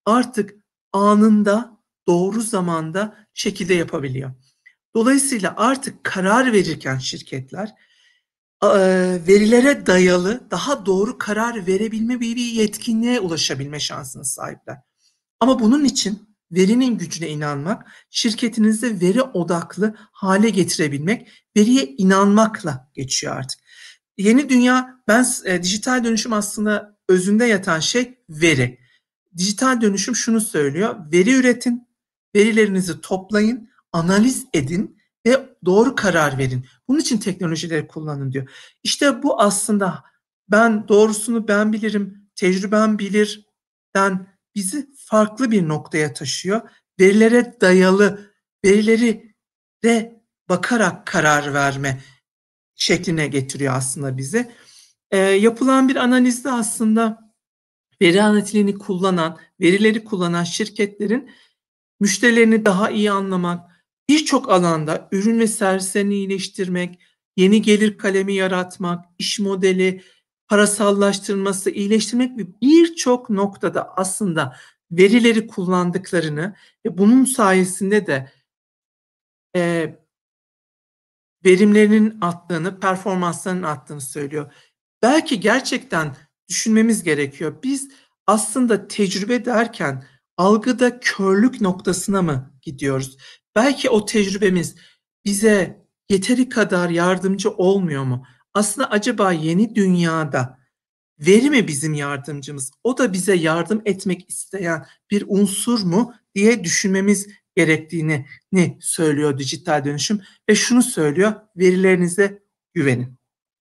artık anında, doğru zamanda şekilde yapabiliyor. Dolayısıyla artık karar verirken şirketler verilere dayalı daha doğru karar verebilme bir yetkinliğe ulaşabilme şansına sahipler. Ama bunun için verinin gücüne inanmak, şirketinizi veri odaklı hale getirebilmek, veriye inanmakla geçiyor artık. Yeni dünya, ben e, dijital dönüşüm aslında özünde yatan şey veri. Dijital dönüşüm şunu söylüyor: veri üretin, verilerinizi toplayın, analiz edin ve doğru karar verin. Bunun için teknolojileri kullanın diyor. İşte bu aslında ben doğrusunu ben bilirim, tecrübem bilirden bizi farklı bir noktaya taşıyor. Verilere dayalı, verilere bakarak karar verme şekline getiriyor aslında bizi. E, yapılan bir analizde aslında veri analitiğini kullanan, verileri kullanan şirketlerin müşterilerini daha iyi anlamak, birçok alanda ürün ve servislerini iyileştirmek, yeni gelir kalemi yaratmak, iş modeli, parasallaştırılması, iyileştirmek ve birçok noktada aslında verileri kullandıklarını ve bunun sayesinde de e, verimlerinin arttığını, performanslarının arttığını söylüyor. Belki gerçekten düşünmemiz gerekiyor. Biz aslında tecrübe derken algıda körlük noktasına mı gidiyoruz? Belki o tecrübemiz bize yeteri kadar yardımcı olmuyor mu? Aslında acaba yeni dünyada veri mi bizim yardımcımız? O da bize yardım etmek isteyen bir unsur mu diye düşünmemiz gerektiğini ne söylüyor dijital dönüşüm ve şunu söylüyor: verilerinize güvenin.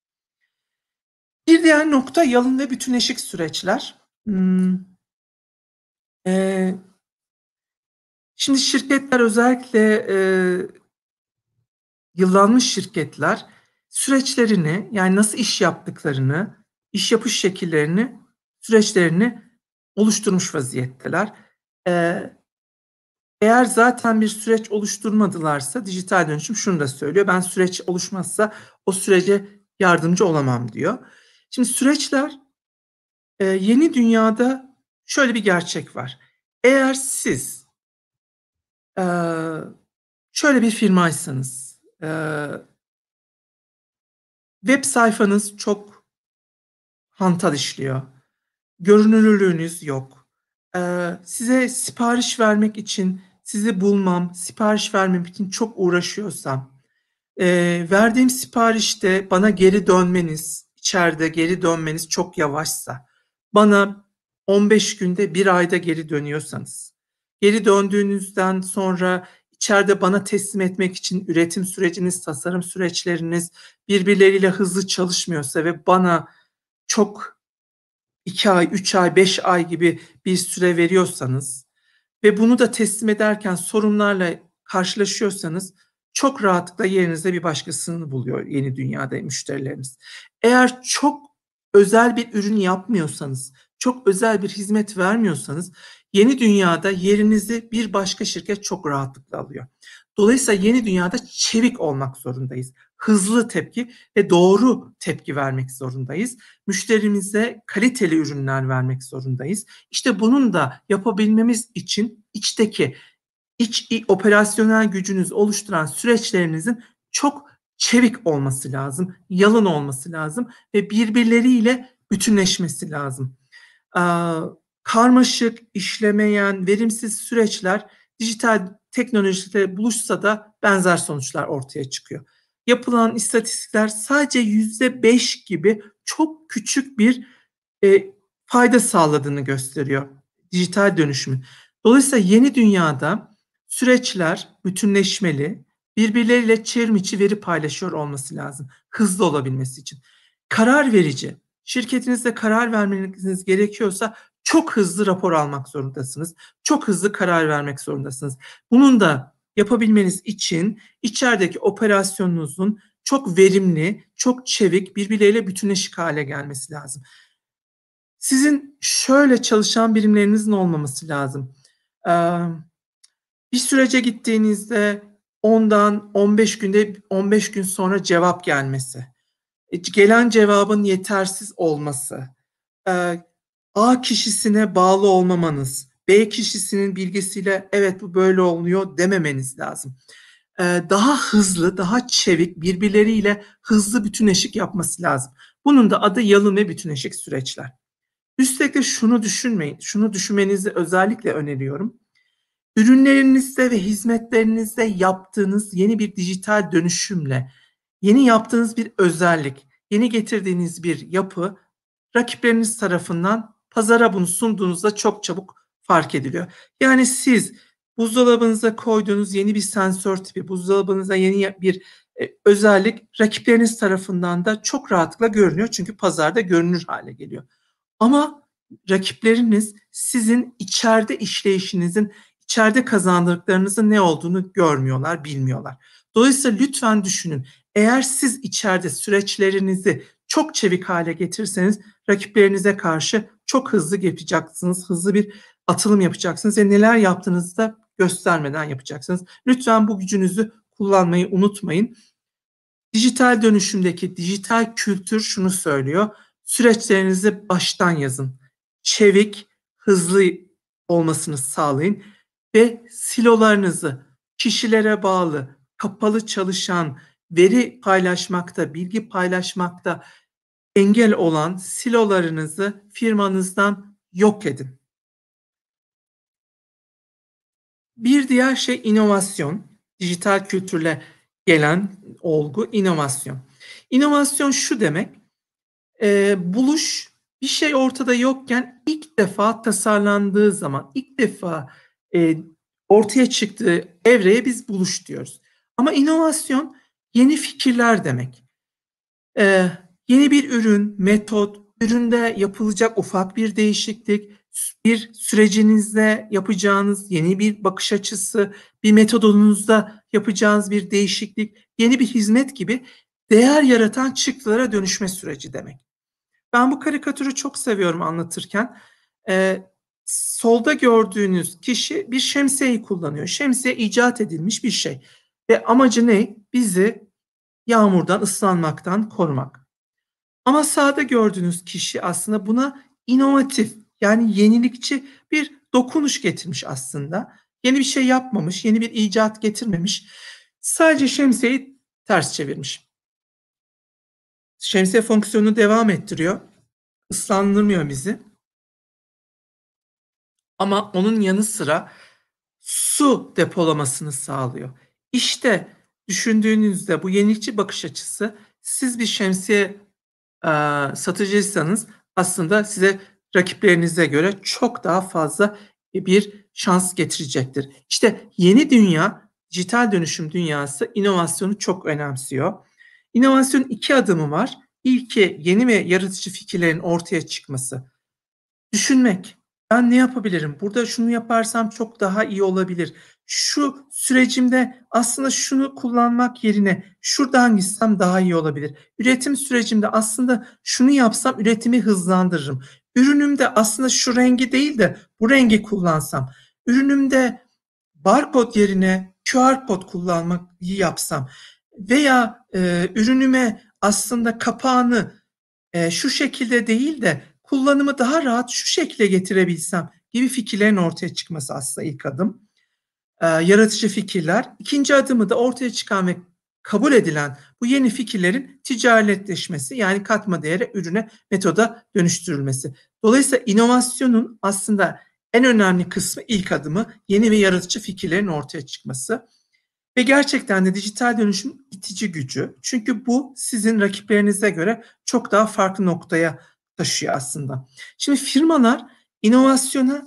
Bir diğer nokta yalın ve bütünleşik süreçler. Hmm. Ee, şimdi şirketler, özellikle e, yıllanmış şirketler süreçlerini, yani nasıl iş yaptıklarını, iş yapış şekillerini, süreçlerini oluşturmuş vaziyetteler. Ee, eğer zaten bir süreç oluşturmadılarsa dijital dönüşüm şunu da söylüyor: ben süreç oluşmazsa o sürece yardımcı olamam diyor. Şimdi süreçler, e, yeni dünyada şöyle bir gerçek var. Eğer siz e, şöyle bir firmaysanız, e, web sayfanız çok hantal işliyor, görünürlüğünüz yok, e, size sipariş vermek için sizi bulmam, sipariş vermem için çok uğraşıyorsam, e, verdiğim siparişte bana geri dönmeniz, içeride geri dönmeniz çok yavaşsa, bana on beş günde, bir ayda geri dönüyorsanız, geri döndüğünüzden sonra içeride bana teslim etmek için üretim süreciniz, tasarım süreçleriniz birbirleriyle hızlı çalışmıyorsa ve bana çok iki ay, üç ay, beş ay gibi bir süre veriyorsanız ve bunu da teslim ederken sorunlarla karşılaşıyorsanız, çok rahatlıkla yerinizde bir başkasını buluyor yeni dünyada müşterileriniz. Eğer çok özel bir ürün yapmıyorsanız, çok özel bir hizmet vermiyorsanız, yeni dünyada yerinizi bir başka şirket çok rahatlıkla alıyor. Dolayısıyla yeni dünyada çevik olmak zorundayız. Hızlı tepki ve doğru tepki vermek zorundayız. Müşterimize kaliteli ürünler vermek zorundayız. İşte bunun da yapabilmemiz için içteki, iç operasyonel gücünüz oluşturan süreçlerinizin çok çevik olması lazım, yalın olması lazım ve birbirleriyle bütünleşmesi lazım. Ee, karmaşık, işlemeyen, verimsiz süreçler dijital teknolojiyle buluşsa da benzer sonuçlar ortaya çıkıyor. Yapılan istatistikler sadece yüzde beş gibi çok küçük bir e, fayda sağladığını gösteriyor dijital dönüşümün. Dolayısıyla yeni dünyada süreçler bütünleşmeli, birbirleriyle çevrim içi veri paylaşıyor olması lazım, hızlı olabilmesi için. Karar verici, şirketinizde karar vermeniz gerekiyorsa çok hızlı rapor almak zorundasınız, çok hızlı karar vermek zorundasınız. Bunun da yapabilmeniz için içerideki operasyonunuzun çok verimli, çok çevik, birbirleriyle bütünleşik hale gelmesi lazım. Sizin şöyle çalışan birimlerinizin olmaması lazım. Ee, bir sürece gittiğinizde ondan on beş günde, on beş gün sonra cevap gelmesi, gelen cevabın yetersiz olması, A kişisine bağlı olmamanız, B kişisinin bilgisiyle evet bu böyle oluyor dememeniz lazım. Ee, daha hızlı, daha çevik, birbirleriyle hızlı bütünleşik yapması lazım. Bunun da adı yalın ve bütünleşik süreçler. Üstelik de şunu düşünmeyin, şunu düşünmenizi özellikle öneriyorum. Ürünlerinizde ve hizmetlerinizde yaptığınız yeni bir dijital dönüşümle, yeni yaptığınız bir özellik, yeni getirdiğiniz bir yapı rakipleriniz tarafından pazara bunu sunduğunuzda çok çabuk fark ediliyor. Yani siz buzdolabınıza koyduğunuz yeni bir sensör tipi, buzdolabınıza yeni bir e, özellik rakipleriniz tarafından da çok rahatlıkla görünüyor. Çünkü pazarda görünür hale geliyor. Ama rakipleriniz sizin içeride işleyişinizin, içeride kazandıklarınızın ne olduğunu görmüyorlar, bilmiyorlar. Dolayısıyla lütfen düşünün. Eğer siz içeride süreçlerinizi çok çevik hale getirirseniz rakiplerinize karşı çok hızlı yapacaksınız, hızlı bir atılım yapacaksınız ve neler yaptığınızı da göstermeden yapacaksınız. Lütfen bu gücünüzü kullanmayı unutmayın. Dijital dönüşümdeki dijital kültür şunu söylüyor. Süreçlerinizi baştan yazın. Çevik, hızlı olmasını sağlayın ve silolarınızı kişilere bağlı, kapalı çalışan, veri paylaşmakta, bilgi paylaşmakta engel olan silolarınızı firmanızdan yok edin. Bir diğer şey inovasyon. Dijital kültürle gelen olgu inovasyon. İnovasyon şu demek, e, buluş bir şey ortada yokken ilk defa tasarlandığı zaman, ilk defa e, ortaya çıktığı evreye biz buluş diyoruz. Ama inovasyon yeni fikirler demek. E, yeni bir ürün, metot, üründe yapılacak ufak bir değişiklik, bir sürecinizde yapacağınız yeni bir bakış açısı, bir metodunuzda yapacağınız bir değişiklik, yeni bir hizmet gibi değer yaratan çıktılara dönüşme süreci demek. Ben bu karikatürü çok seviyorum anlatırken. Ee, solda gördüğünüz kişi bir şemsiyeyi kullanıyor. Şemsiye icat edilmiş bir şey. Ve amacı ne? Bizi yağmurdan, ıslanmaktan korumak. Ama sağda gördüğünüz kişi aslında buna inovatif, yani yenilikçi bir dokunuş getirmiş aslında. Yeni bir şey yapmamış, yeni bir icat getirmemiş. Sadece şemsiyeyi ters çevirmiş. Şemsiye fonksiyonunu devam ettiriyor. Islandırmıyor bizi. Ama onun yanı sıra su depolamasını sağlıyor. İşte düşündüğünüzde bu yenilikçi bakış açısı, siz bir şemsiye e, satıcıysanız aslında size rakiplerinize göre çok daha fazla bir şans getirecektir. İşte yeni dünya, dijital dönüşüm dünyası inovasyonu çok önemsiyor. İnovasyonun iki adımı var. İlki yeni ve yaratıcı fikirlerin ortaya çıkması. Düşünmek. Ben ne yapabilirim? Burada şunu yaparsam çok daha iyi olabilir. Şu sürecimde aslında şunu kullanmak yerine şuradan gitsem daha iyi olabilir. Üretim sürecimde aslında şunu yapsam üretimi hızlandırırım. Ürünümde aslında şu rengi değil de bu rengi kullansam. Ürünümde barkod yerine Q R kod kullanmayı yapsam veya e, ürünüme aslında kapağını e, şu şekilde değil de kullanımı daha rahat şu şekilde getirebilsem gibi fikirlerin ortaya çıkması aslında ilk adım. E, yaratıcı fikirler. İkinci adımı da ortaya çıkan ve kabul edilen bu yeni fikirlerin ticaretleşmesi, yani katma değere, ürüne, metoda dönüştürülmesi. Dolayısıyla inovasyonun aslında en önemli kısmı, ilk adımı yeni ve yaratıcı fikirlerin ortaya çıkması. Ve gerçekten de dijital dönüşüm itici gücü. Çünkü bu sizin rakiplerinize göre çok daha farklı noktaya taşıyor aslında. Şimdi firmalar inovasyona,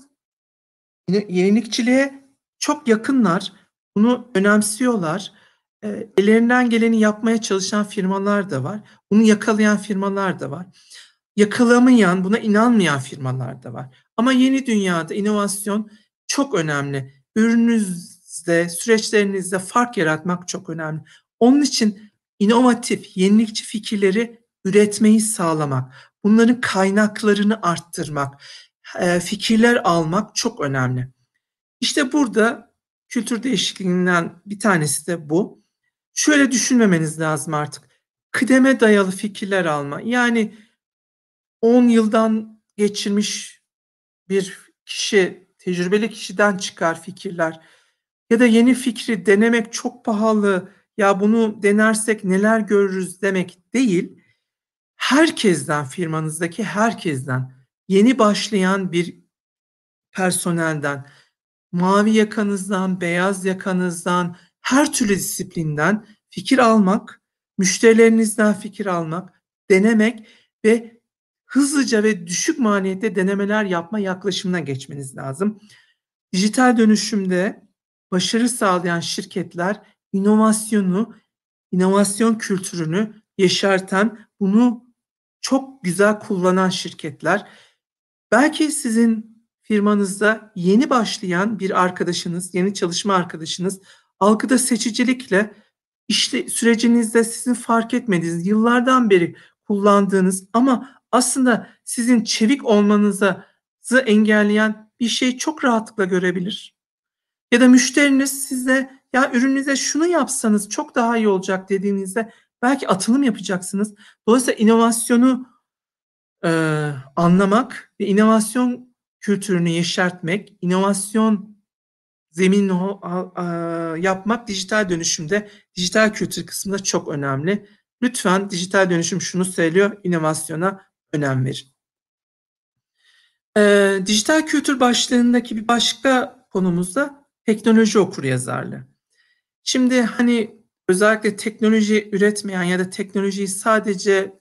yenilikçiliğe çok yakınlar. Bunu önemsiyorlar. E, ellerinden geleni yapmaya çalışan firmalar da var. Bunu yakalayan firmalar da var. Yakalamayan, buna inanmayan firmalar da var. Ama yeni dünyada inovasyon çok önemli. Ürününüzde, süreçlerinizde fark yaratmak çok önemli. Onun için inovatif, yenilikçi fikirleri üretmeyi sağlamak, bunların kaynaklarını arttırmak, fikirler almak çok önemli. İşte burada kültür değişikliğinden bir tanesi de bu. Şöyle düşünmemeniz lazım artık. Kıdeme dayalı fikirler alma. Yani on yıldan geçirmiş bir kişi tecrübeli kişiden çıkar fikirler ya da yeni fikri denemek çok pahalı, ya bunu denersek neler görürüz demek değil. Herkesten, firmanızdaki herkesten, yeni başlayan bir personelden, mavi yakanızdan, beyaz yakanızdan, her türlü disiplinden fikir almak, müşterilerinizden fikir almak, denemek ve hızlıca ve düşük maliyette denemeler yapma yaklaşımına geçmeniz lazım. Dijital dönüşümde başarı sağlayan şirketler inovasyonu, inovasyon kültürünü yeşerten, bunu çok güzel kullanan şirketler. Belki sizin firmanızda yeni başlayan bir arkadaşınız, yeni çalışma arkadaşınız algıda seçicilikle işte sürecinizde sizin fark etmediğiniz, yıllardan beri kullandığınız ama aslında sizin çevik olmanızı engelleyen bir şeyi çok rahatlıkla görebilir. Ya da müşteriniz size ya ürününüze şunu yapsanız çok daha iyi olacak dediğinizde belki atılım yapacaksınız. Dolayısıyla inovasyonu e, anlamak ve inovasyon kültürünü yeşertmek, inovasyon zeminini yapmak dijital dönüşümde, dijital kültür kısmında çok önemli. Lütfen dijital dönüşüm şunu söylüyor, inovasyona önem verin. E, dijital kültür başlığındaki bir başka konumuz da teknoloji okuryazarlığı. Şimdi hani özellikle teknoloji üretmeyen ya da teknolojiyi sadece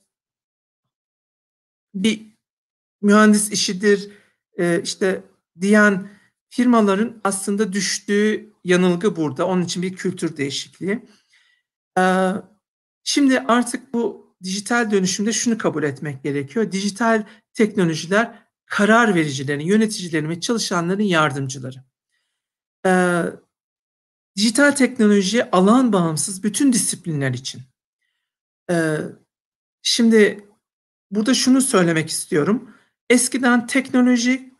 bir mühendis işidir e, işte diyen firmaların aslında düştüğü yanılgı burada. Onun için bir kültür değişikliği. Ee, şimdi artık bu dijital dönüşümde şunu kabul etmek gerekiyor. Dijital teknolojiler karar vericilerin, yöneticilerin ve çalışanların yardımcıları. Ee, dijital teknoloji alan bağımsız bütün disiplinler için. Ee, şimdi burada şunu söylemek istiyorum. Eskiden teknoloji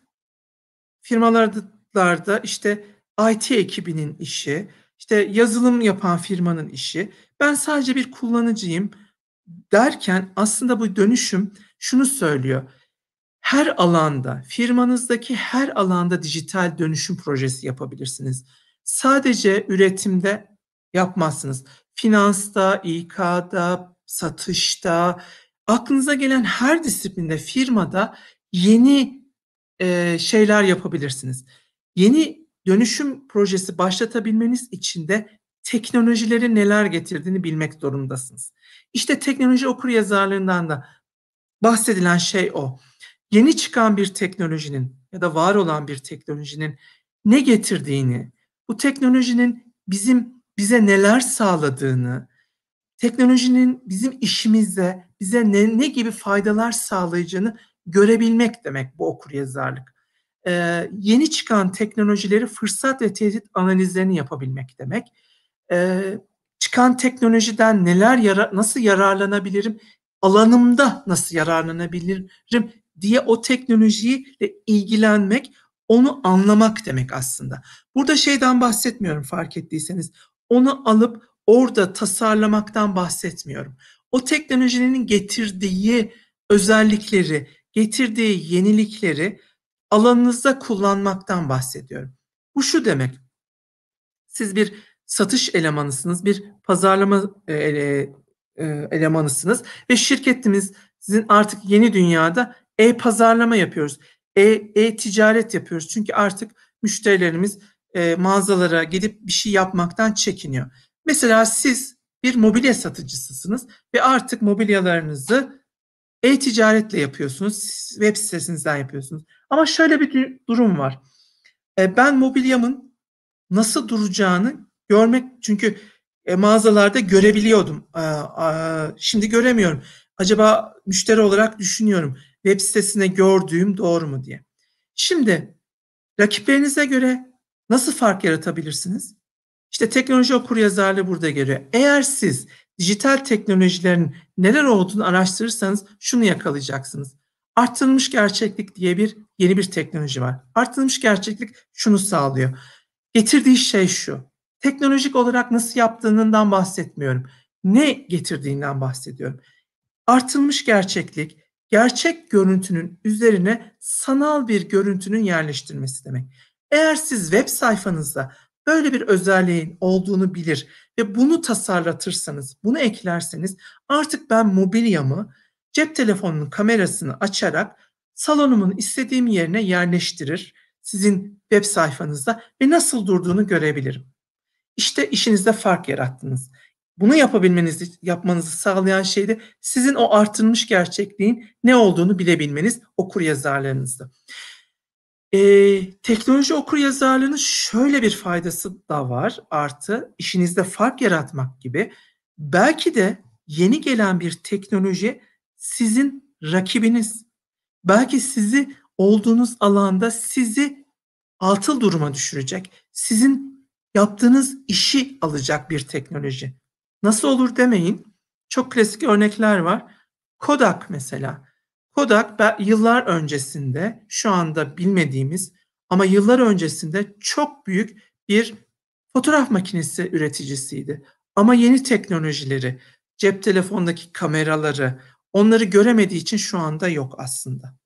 firmalarda işte I T ekibinin işi, işte yazılım yapan firmanın işi, ben sadece bir kullanıcıyım derken aslında bu dönüşüm şunu söylüyor. Her alanda, firmanızdaki her alanda dijital dönüşüm projesi yapabilirsiniz. Sadece üretimde yapmazsınız. Finansta, İK'da, satışta, aklınıza gelen her disiplinde, firmada yeni e, şeyler yapabilirsiniz. Yeni dönüşüm projesi başlatabilmeniz için de teknolojilerin neler getirdiğini bilmek zorundasınız. İşte teknoloji okuryazarlığından da bahsedilen şey o. Yeni çıkan bir teknolojinin ya da var olan bir teknolojinin ne getirdiğini, bu teknolojinin bizim bize neler sağladığını, teknolojinin bizim işimizde bize ne, ne gibi faydalar sağlayacağını görebilmek demek bu okuryazarlık. Ee, yeni çıkan teknolojileri fırsat ve tehdit analizlerini yapabilmek demek. Ee, çıkan teknolojiden neler yara nasıl yararlanabilirim, alanımda nasıl yararlanabilirim diye o teknolojiyle ilgilenmek, onu anlamak demek aslında. Burada şeyden bahsetmiyorum fark ettiyseniz. Onu alıp orada tasarlamaktan bahsetmiyorum. O teknolojinin getirdiği özellikleri, getirdiği yenilikleri alanınızda kullanmaktan bahsediyorum. Bu şu demek. Siz bir satış elemanısınız, bir pazarlama e, e, elemanısınız ve şirketimiz sizin artık yeni dünyada e-pazarlama yapıyoruz. E-ticaret yapıyoruz. Çünkü artık müşterilerimiz e, mağazalara gidip bir şey yapmaktan çekiniyor. Mesela siz bir mobilya satıcısısınız ve artık mobilyalarınızı e-ticaretle yapıyorsunuz. Web sitesinizden yapıyorsunuz. Ama şöyle bir durum var. E, ben mobilyamın nasıl duracağını görmek, çünkü e, mağazalarda görebiliyordum. E, e, şimdi göremiyorum. Acaba müşteri olarak düşünüyorum. Web sitesinde gördüğüm doğru mu diye. Şimdi rakiplerinize göre nasıl fark yaratabilirsiniz? İşte teknoloji okuryazarlığı burada geliyor. Eğer siz dijital teknolojilerin neler olduğunu araştırırsanız şunu yakalayacaksınız. Artırılmış gerçeklik diye bir yeni bir teknoloji var. Artırılmış gerçeklik şunu sağlıyor. Getirdiği şey şu. Teknolojik olarak nasıl yaptığından bahsetmiyorum. Ne getirdiğinden bahsediyorum. Artırılmış gerçeklik, gerçek görüntünün üzerine sanal bir görüntünün yerleştirilmesi demek. Eğer siz web sayfanızda böyle bir özelliğin olduğunu bilir ve bunu tasarlatırsanız, bunu eklerseniz artık ben mobilyamı cep telefonunun kamerasını açarak salonumun istediğim yerine yerleştirir sizin web sayfanızda ve nasıl durduğunu görebilirim. İşte işinizde fark yarattınız. Bunu yapabilmenizi, yapmanızı sağlayan şey de sizin o artırılmış gerçekliğin ne olduğunu bilebilmeniz okuryazarlığınızda. Ee, teknoloji okuryazarlığının şöyle bir faydası da var, artı işinizde fark yaratmak gibi. Belki de yeni gelen bir teknoloji sizin rakibiniz. Belki sizi olduğunuz alanda sizi atıl duruma düşürecek. Sizin yaptığınız işi alacak bir teknoloji. Nasıl olur demeyin. Çok klasik örnekler var. Kodak mesela. Kodak yıllar öncesinde, şu anda bilmediğimiz ama yıllar öncesinde çok büyük bir fotoğraf makinesi üreticisiydi. Ama yeni teknolojileri, cep telefondaki kameraları, onları göremediği için şu anda yok aslında.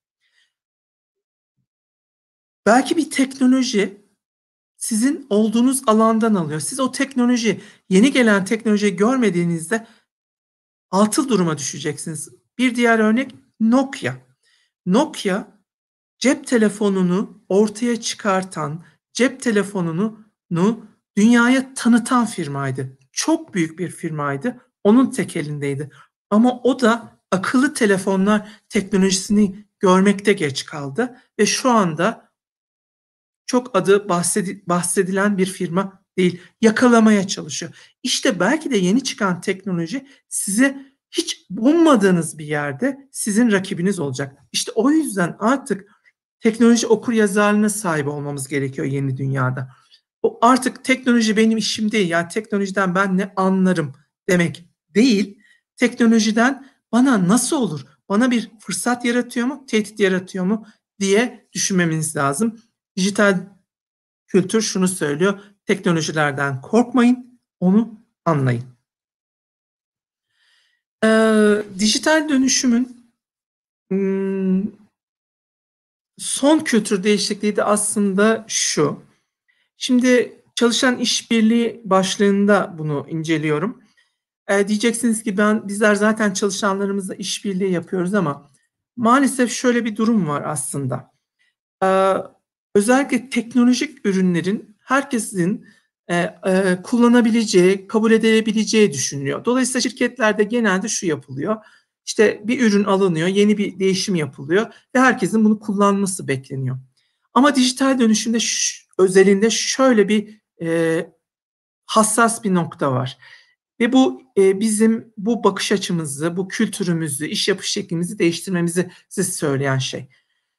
Belki bir teknoloji sizin olduğunuz alandan alıyor. Siz o teknoloji, yeni gelen teknolojiyi görmediğinizde atıl duruma düşeceksiniz. Bir diğer örnek Nokia. Nokia cep telefonunu ortaya çıkartan, cep telefonunu dünyaya tanıtan firmaydı. Çok büyük bir firmaydı. Onun tek elindeydi. Ama o da akıllı telefonlar teknolojisini görmekte geç kaldı ve şu anda çok adı bahsedilen bir firma değil. Yakalamaya çalışıyor. İşte belki de yeni çıkan teknoloji size hiç ummadığınız bir yerde sizin rakibiniz olacak. İşte o yüzden artık teknoloji okuryazarlığına sahip olmamız gerekiyor yeni dünyada. O artık teknoloji benim işim değil. Yani teknolojiden ben ne anlarım demek değil. Teknolojiden bana nasıl olur? Bana bir fırsat yaratıyor mu? Tehdit yaratıyor mu? Diye düşünmemiz lazım. Dijital kültür şunu söylüyor. Teknolojilerden korkmayın, onu anlayın. Ee, dijital dönüşümün hmm, son kültür değişikliği de aslında şu. Şimdi çalışan işbirliği başlığında bunu inceliyorum. Ee, diyeceksiniz ki ben bizler zaten çalışanlarımızla işbirliği yapıyoruz ama maalesef şöyle bir durum var aslında. Ee, özellikle teknolojik ürünlerin herkesin e, e, kullanabileceği, kabul edilebileceği düşünülüyor. Dolayısıyla şirketlerde genelde şu yapılıyor. İşte bir ürün alınıyor, yeni bir değişim yapılıyor ve herkesin bunu kullanması bekleniyor. Ama dijital dönüşümde özelinde şöyle bir e, hassas bir nokta var. Ve bu e, bizim bu bakış açımızı, bu kültürümüzü, iş yapış şeklimizi değiştirmemizi size söyleyen şey.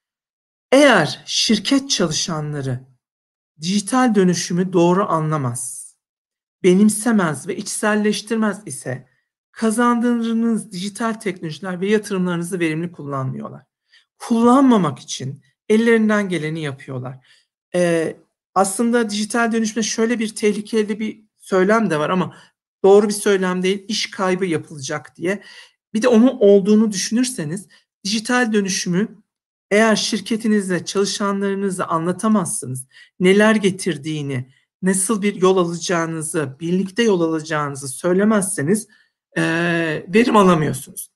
Eğer şirket çalışanları dijital dönüşümü doğru anlamaz, benimsemez ve içselleştirmez ise kazandığınız dijital teknolojiler ve yatırımlarınızı verimli kullanmıyorlar. Kullanmamak için ellerinden geleni yapıyorlar. Ee, aslında dijital dönüşümde şöyle bir tehlikeli bir söylem de var ama doğru bir söylem değil, iş kaybı yapılacak diye. Bir de onun olduğunu düşünürseniz dijital dönüşümü eğer şirketinizde çalışanlarınızı anlatamazsınız, neler getirdiğini, nasıl bir yol alacağınızı, birlikte yol alacağınızı söylemezseniz e, verim alamıyorsunuz.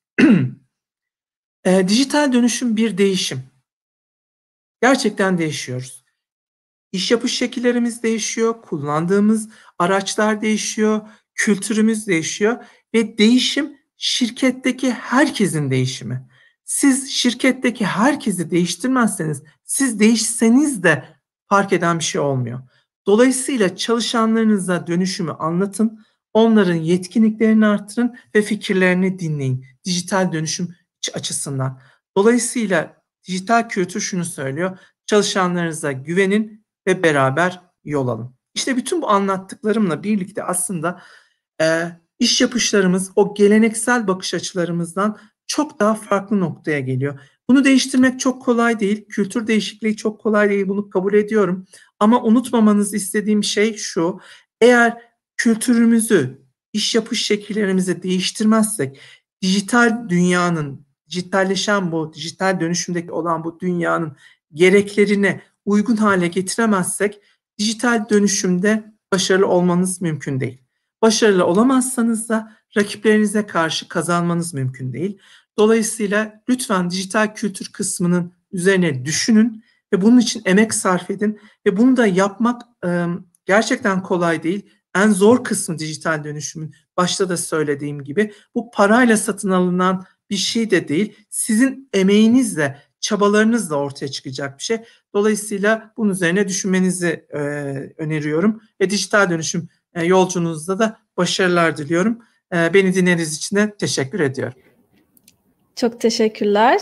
e, dijital dönüşüm bir değişim. Gerçekten değişiyoruz. İş yapış şekillerimiz değişiyor, kullandığımız araçlar değişiyor, kültürümüz değişiyor ve değişim şirketteki herkesin değişimi. Siz şirketteki herkesi değiştirmezseniz, siz değişseniz de fark eden bir şey olmuyor. Dolayısıyla çalışanlarınıza dönüşümü anlatın, onların yetkinliklerini artırın ve fikirlerini dinleyin. Dijital dönüşüm açısından. Dolayısıyla dijital kültür şunu söylüyor, çalışanlarınıza güvenin ve beraber yol alın. İşte bütün bu anlattıklarımla birlikte aslında e, iş yapışlarımız o geleneksel bakış açılarımızdan çok daha farklı noktaya geliyor. Bunu değiştirmek çok kolay değil. Kültür değişikliği çok kolay değil. Bunu kabul ediyorum. Ama unutmamanızı istediğim şey şu. Eğer kültürümüzü, iş yapış şekillerimizi değiştirmezsek dijital dünyanın, dijitalleşen bu, dijital dönüşümdeki olan bu dünyanın gereklerine uygun hale getiremezsek dijital dönüşümde başarılı olmanız mümkün değil. Başarılı olamazsanız da rakiplerinize karşı kazanmanız mümkün değil. Dolayısıyla lütfen dijital kültür kısmının üzerine düşünün ve bunun için emek sarf edin ve bunu da yapmak e, gerçekten kolay değil. En zor kısmı dijital dönüşümün, başta da söylediğim gibi, bu parayla satın alınan bir şey de değil. Sizin emeğinizle, çabalarınızla ortaya çıkacak bir şey. Dolayısıyla bunun üzerine düşünmenizi e, öneriyorum ve dijital dönüşüm e, yolculuğunuzda da başarılar diliyorum. E, beni dinlediğiniz için de teşekkür ediyorum. Çok teşekkürler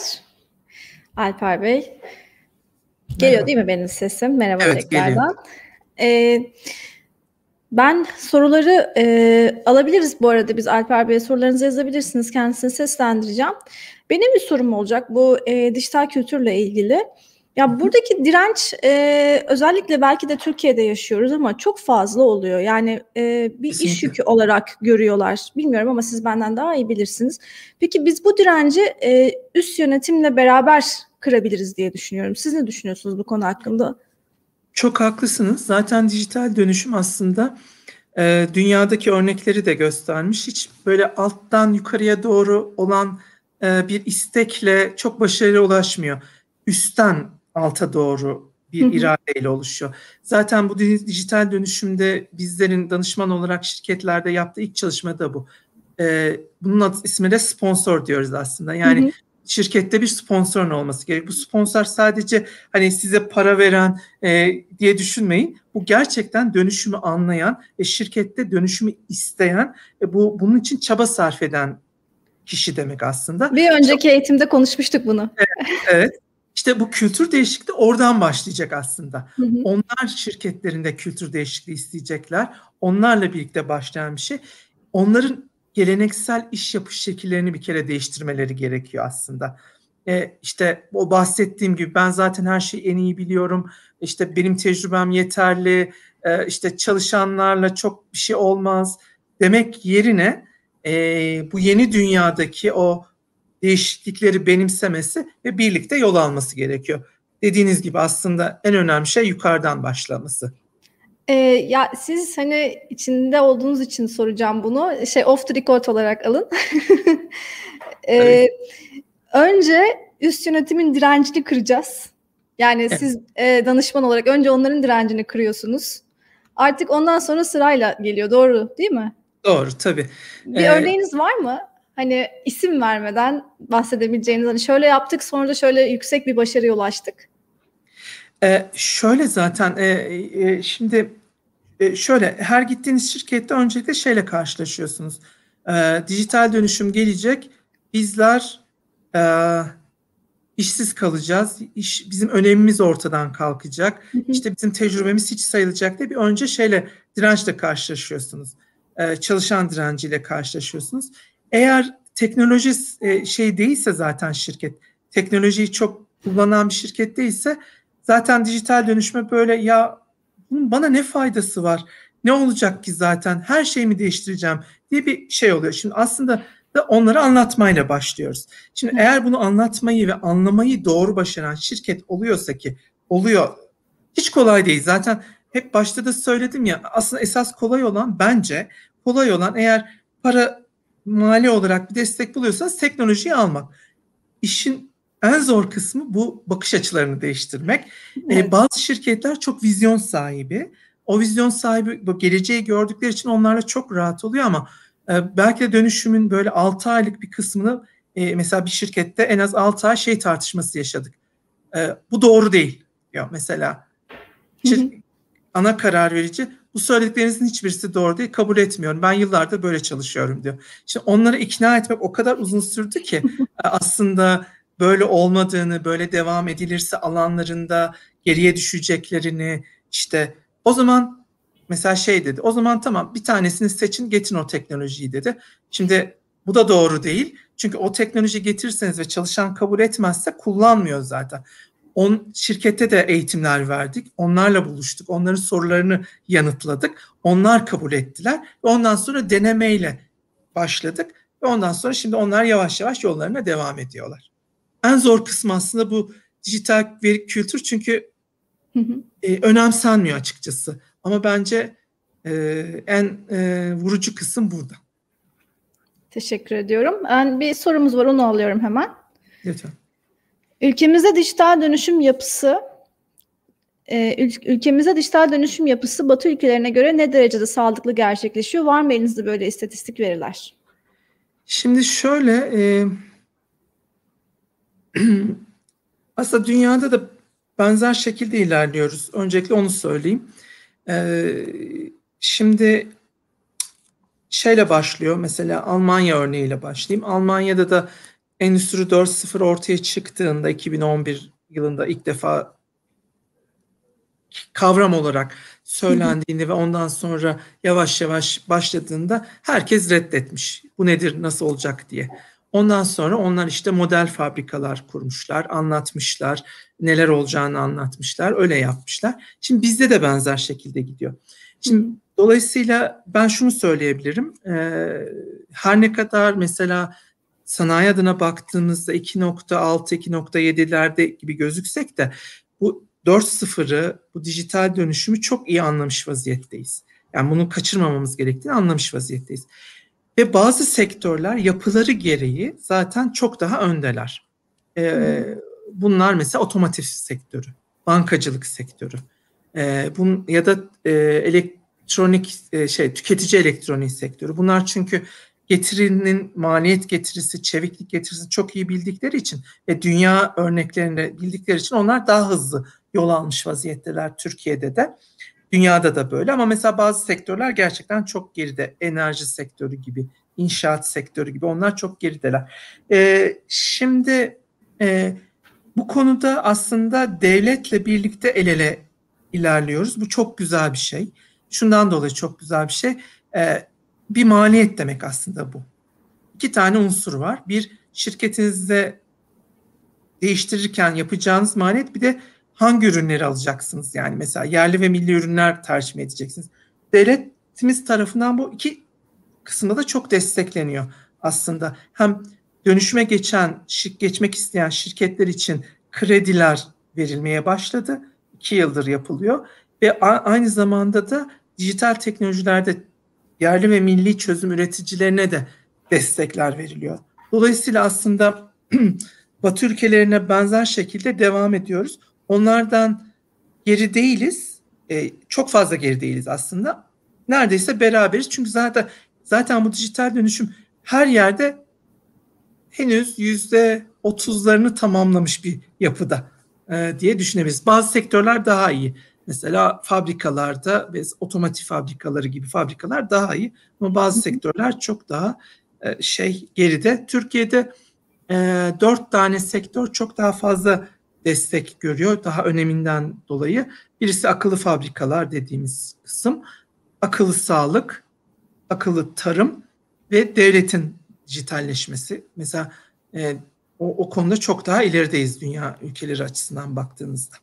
Alper Bey. Geliyor Merhaba. Değil mi benim sesim? Merhaba evet, tekrardan. Ee, ben soruları e, alabiliriz bu arada. Biz Alper Bey'e sorularınızı yazabilirsiniz. Kendisini seslendireceğim. Benim bir sorum olacak bu e, dijital kültürle ilgili. Ya buradaki direnç e, özellikle belki de Türkiye'de yaşıyoruz ama çok fazla oluyor. Yani e, bir Kesinlikle. iş yükü olarak görüyorlar. Bilmiyorum ama siz benden daha iyi bilirsiniz. Peki biz bu direnci e, üst yönetimle beraber kırabiliriz diye düşünüyorum. Siz ne düşünüyorsunuz bu konu hakkında? Çok haklısınız. Zaten dijital dönüşüm aslında e, dünyadaki örnekleri de göstermiş. Hiç böyle alttan yukarıya doğru olan e, bir istekle çok başarıya ulaşmıyor. Üstten alta doğru bir hı hı. iradeyle oluşuyor. Zaten bu dijital dönüşümde bizlerin danışman olarak şirketlerde yaptığı ilk çalışma da bu. E, bunun adı, ismi de sponsor diyoruz aslında. Yani hı hı. şirkette bir sponsorun olması gerek. Bu sponsor sadece hani size para veren e, diye düşünmeyin. Bu gerçekten dönüşümü anlayan ve şirkette dönüşümü isteyen ve bu bunun için çaba sarf eden kişi demek aslında. Bir önceki Çok, eğitimde konuşmuştuk bunu. Evet, evet. İşte bu kültür değişikliği oradan başlayacak aslında. Hı hı. Onlar şirketlerinde kültür değişikliği isteyecekler. Onlarla birlikte başlayan bir şey. Onların geleneksel iş yapış şekillerini bir kere değiştirmeleri gerekiyor aslında. E, işte o bahsettiğim gibi ben zaten her şeyi en iyi biliyorum. İşte benim tecrübem yeterli. E, işte çalışanlarla çok bir şey olmaz demek yerine e, bu yeni dünyadaki o değişiklikleri benimsemesi ve birlikte yol alması gerekiyor. Dediğiniz gibi aslında en önemli şey yukarıdan başlaması. Ee, ya siz hani içinde olduğunuz için soracağım bunu. Şey off the record olarak alın. ee, evet. Önce üst yönetimin direncini kıracağız. Yani evet. siz e, danışman olarak önce onların direncini kırıyorsunuz. Artık ondan sonra sırayla geliyor. Doğru değil mi? Doğru tabii. Bir ee, örneğiniz var mı? Hani isim vermeden bahsedebileceğiniz, hani şöyle yaptık sonra da şöyle yüksek bir başarıya ulaştık. Ee, şöyle zaten e, e, şimdi e, şöyle her gittiğiniz şirkette öncelikle şeyle karşılaşıyorsunuz. E, dijital dönüşüm gelecek. Bizler e, işsiz kalacağız. İş, bizim önemimiz ortadan kalkacak. Hı hı. İşte bizim tecrübemiz hiç sayılacak diye bir önce şeyle dirençle karşılaşıyorsunuz. E, çalışan direnciyle karşılaşıyorsunuz. Eğer teknoloji e, şey değilse zaten şirket, teknolojiyi çok kullanan bir şirket değilse zaten dijital dönüşme böyle ya bunun bana ne faydası var? Ne olacak ki zaten? Her şeyi mi değiştireceğim diye bir şey oluyor. Şimdi aslında da onları anlatmayla başlıyoruz. Şimdi evet. eğer bunu anlatmayı ve anlamayı doğru başaran şirket oluyorsa ki oluyor. Hiç kolay değil. Zaten hep başta da söyledim ya aslında esas kolay olan bence kolay olan eğer para mali olarak bir destek buluyorsanız teknolojiyi almak. İşin en zor kısmı bu bakış açılarını değiştirmek. Evet. Ee, bazı şirketler çok vizyon sahibi. O vizyon sahibi bu geleceği gördükleri için onlarla çok rahat oluyor ama e, belki de dönüşümün böyle altı aylık bir kısmını e, mesela bir şirkette en az altı ay şey tartışması yaşadık. E, bu doğru değil diyor mesela. Şir- ana karar verici bu söylediklerinizin hiçbirisi doğru değil, kabul etmiyorum. Ben yıllardır böyle çalışıyorum diyor. Şimdi onları ikna etmek o kadar uzun sürdü ki aslında böyle olmadığını, böyle devam edilirse alanlarında geriye düşeceklerini işte o zaman mesela şey dedi. O zaman tamam bir tanesini seçin getirin o teknolojiyi dedi. Şimdi bu da doğru değil. Çünkü o teknoloji getirirseniz ve çalışan kabul etmezse kullanmıyor zaten. On, şirkette de eğitimler verdik. Onlarla buluştuk. Onların sorularını yanıtladık. Onlar kabul ettiler. Ve ondan sonra denemeyle başladık. Ve ondan sonra şimdi onlar yavaş yavaş yollarına devam ediyorlar. En zor kısmı aslında bu dijital veri kültür. Çünkü Hı hı. E, önemsenmiyor açıkçası. Ama bence e, en e, vurucu kısım burada. Teşekkür ediyorum. Ben bir sorumuz var, onu alıyorum hemen. Lütfen. Ülkemizde dijital dönüşüm yapısı e, ül ülkemizde dijital dönüşüm yapısı Batı ülkelerine göre ne derecede sağlıklı gerçekleşiyor? Var mı elinizde böyle istatistik veriler? Şimdi şöyle, e, aslında dünyada da benzer şekilde ilerliyoruz. Öncelikle onu söyleyeyim. E, şimdi şeyle başlıyor, mesela Almanya örneğiyle başlayayım. Almanya'da da Endüstri dört nokta sıfır ortaya çıktığında iki bin on bir yılında ilk defa kavram olarak söylendiğinde ve ondan sonra yavaş yavaş başladığında herkes reddetmiş. Bu nedir, nasıl olacak diye. Ondan sonra onlar işte model fabrikalar kurmuşlar, anlatmışlar, neler olacağını anlatmışlar, öyle yapmışlar. Şimdi bizde de benzer şekilde gidiyor. Şimdi dolayısıyla ben şunu söyleyebilirim. Ee, her ne kadar mesela sanayi adına baktığımızda iki nokta altı iki nokta yedilerde gibi gözüksek de bu dört nokta sıfırı, bu dijital dönüşümü çok iyi anlamış vaziyetteyiz. Yani bunu kaçırmamamız gerektiğini anlamış vaziyetteyiz. Ve bazı sektörler yapıları gereği zaten çok daha öndeler. Ee, bunlar mesela otomotiv sektörü, bankacılık sektörü, ee, bun, ya da e, elektronik e, şey tüketici elektronik sektörü. Bunlar çünkü getirinin maliyet getirisi, çeviklik getirisi çok iyi bildikleri için ve dünya örneklerini bildikleri için onlar daha hızlı yol almış vaziyetteler Türkiye'de de. Dünyada da böyle ama mesela bazı sektörler gerçekten çok geride. Enerji sektörü gibi, inşaat sektörü gibi onlar çok gerideler. Ee, şimdi e, bu konuda aslında devletle birlikte el ele ilerliyoruz. Bu çok güzel bir şey. Şundan dolayı çok güzel bir şey. Ee, bir maliyet demek aslında bu. İki tane unsur var. Bir, şirketinizde değiştirirken yapacağınız maliyet, bir de hangi ürünleri alacaksınız? Yani mesela yerli ve milli ürünler tercih mi edeceksiniz? Devletimiz tarafından bu iki kısımda da çok destekleniyor aslında. Hem dönüşüme geçen, geçmek isteyen şirketler için krediler verilmeye başladı. İki yıldır yapılıyor. Ve aynı zamanda da dijital teknolojilerde yerli ve milli çözüm üreticilerine de destekler veriliyor. Dolayısıyla aslında Batı ülkelerine benzer şekilde devam ediyoruz. Onlardan geri değiliz. E, çok fazla geri değiliz aslında. Neredeyse beraberiz. Çünkü zaten zaten bu dijital dönüşüm her yerde henüz yüzde otuzlarını tamamlamış bir yapıda e, diye düşünebiliriz. Bazı sektörler daha iyi. Mesela fabrikalarda ve otomotiv fabrikaları gibi fabrikalar daha iyi. Ama bazı sektörler çok daha e, şey geride. Türkiye'de e, dört tane sektör çok daha fazla destek görüyor. Daha öneminden dolayı. Birisi akıllı fabrikalar dediğimiz kısım. Akıllı sağlık, akıllı tarım ve devletin dijitalleşmesi. Mesela e, o, o konuda çok daha ilerideyiz dünya ülkeleri açısından baktığınızda.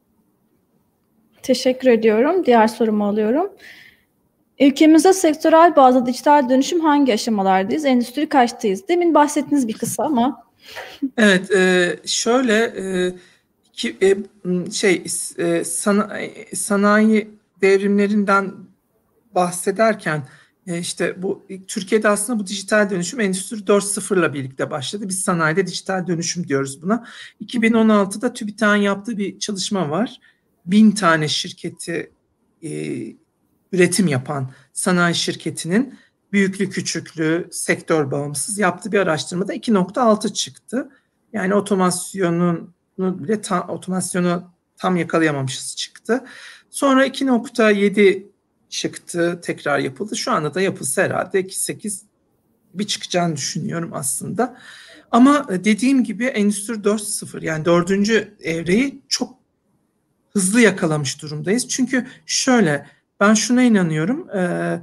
Teşekkür ediyorum. Diğer sorumu alıyorum. Ülkemizde sektörel bazda dijital dönüşüm hangi aşamalardayız? Endüstri kaçtayız? Demin bahsettiniz bir kısa ama. Evet, e, şöyle e, ki, e, şey e, sanayi, sanayi devrimlerinden bahsederken e, işte bu Türkiye'de aslında bu dijital dönüşüm Endüstri dört nokta sıfır ile birlikte başladı. Biz sanayide dijital dönüşüm diyoruz buna. iki bin on altıda TÜBİTAK'ın yaptığı bir çalışma var. Bin tane şirketi e, üretim yapan sanayi şirketinin büyüklü küçüklü sektör bağımsız yaptığı bir araştırmada iki nokta altı çıktı. Yani otomasyonun bile tam, otomasyonu tam yakalayamamışız çıktı. Sonra iki nokta yedi çıktı, tekrar yapıldı. Şu anda da yapılsa herhalde iki nokta sekiz bir çıkacağını düşünüyorum aslında. Ama dediğim gibi Endüstri dört nokta sıfır yani dördüncü evreyi çok hızlı yakalamış durumdayız. Çünkü şöyle, ben şuna inanıyorum. E,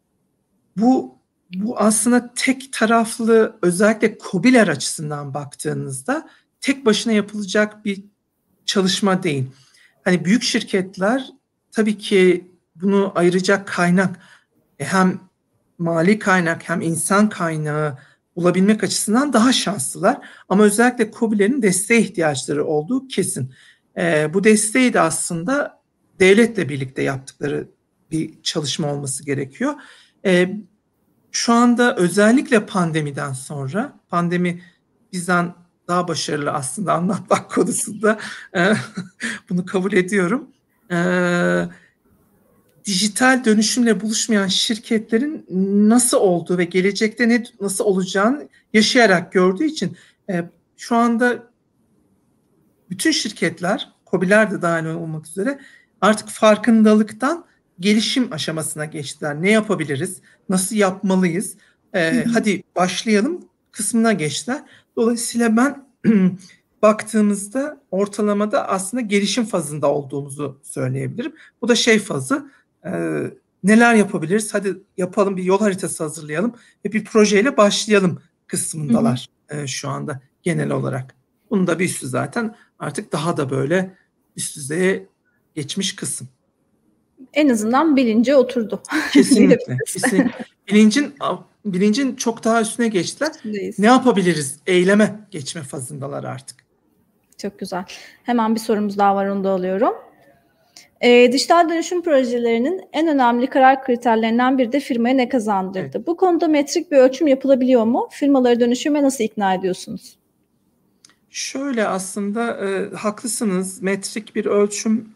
bu bu aslında tek taraflı, özellikle KOBİ'ler açısından baktığınızda tek başına yapılacak bir çalışma değil. Hani büyük şirketler tabii ki bunu ayıracak kaynak, hem mali kaynak hem insan kaynağı bulabilmek açısından daha şanslılar. Ama özellikle KOBİ'lerin desteğe ihtiyaçları olduğu kesin. E, bu desteği de aslında devletle birlikte yaptıkları bir çalışma olması gerekiyor. E, şu anda özellikle pandemiden sonra, pandemi bizden daha başarılı aslında anlatmak konusunda, e, bunu kabul ediyorum. Evet. Dijital dönüşümle buluşmayan şirketlerin nasıl olduğu ve gelecekte ne nasıl olacağını yaşayarak gördüğü için e, şu anda bütün şirketler, KOBİ'ler de dahil olmak üzere artık farkındalıktan gelişim aşamasına geçtiler. Ne yapabiliriz? Nasıl yapmalıyız? E, hadi başlayalım kısmına geçtiler. Dolayısıyla ben baktığımızda ortalamada aslında gelişim fazında olduğumuzu söyleyebilirim. Bu da şey fazı. E, neler yapabiliriz? Hadi yapalım, bir yol haritası hazırlayalım ve bir projeyle başlayalım kısmındalar e, şu anda genel olarak. Bunun da bir üstü zaten artık daha da böyle üst düzeye geçmiş kısım. En azından bilince oturdu. Kesinlikle. kesinlikle. Bilincin bilincin çok daha üstüne geçtiler. Üstündeyiz. Ne yapabiliriz? Eyleme geçme fazındalar artık. Çok güzel. Hemen bir sorumuz daha var, onu da alıyorum. E, dijital dönüşüm projelerinin en önemli karar kriterlerinden biri de firmaya ne kazandırdı? Evet. Bu konuda metrik bir ölçüm yapılabiliyor mu? Firmaları dönüşüme nasıl ikna ediyorsunuz? Şöyle aslında e, haklısınız. Metrik bir ölçüm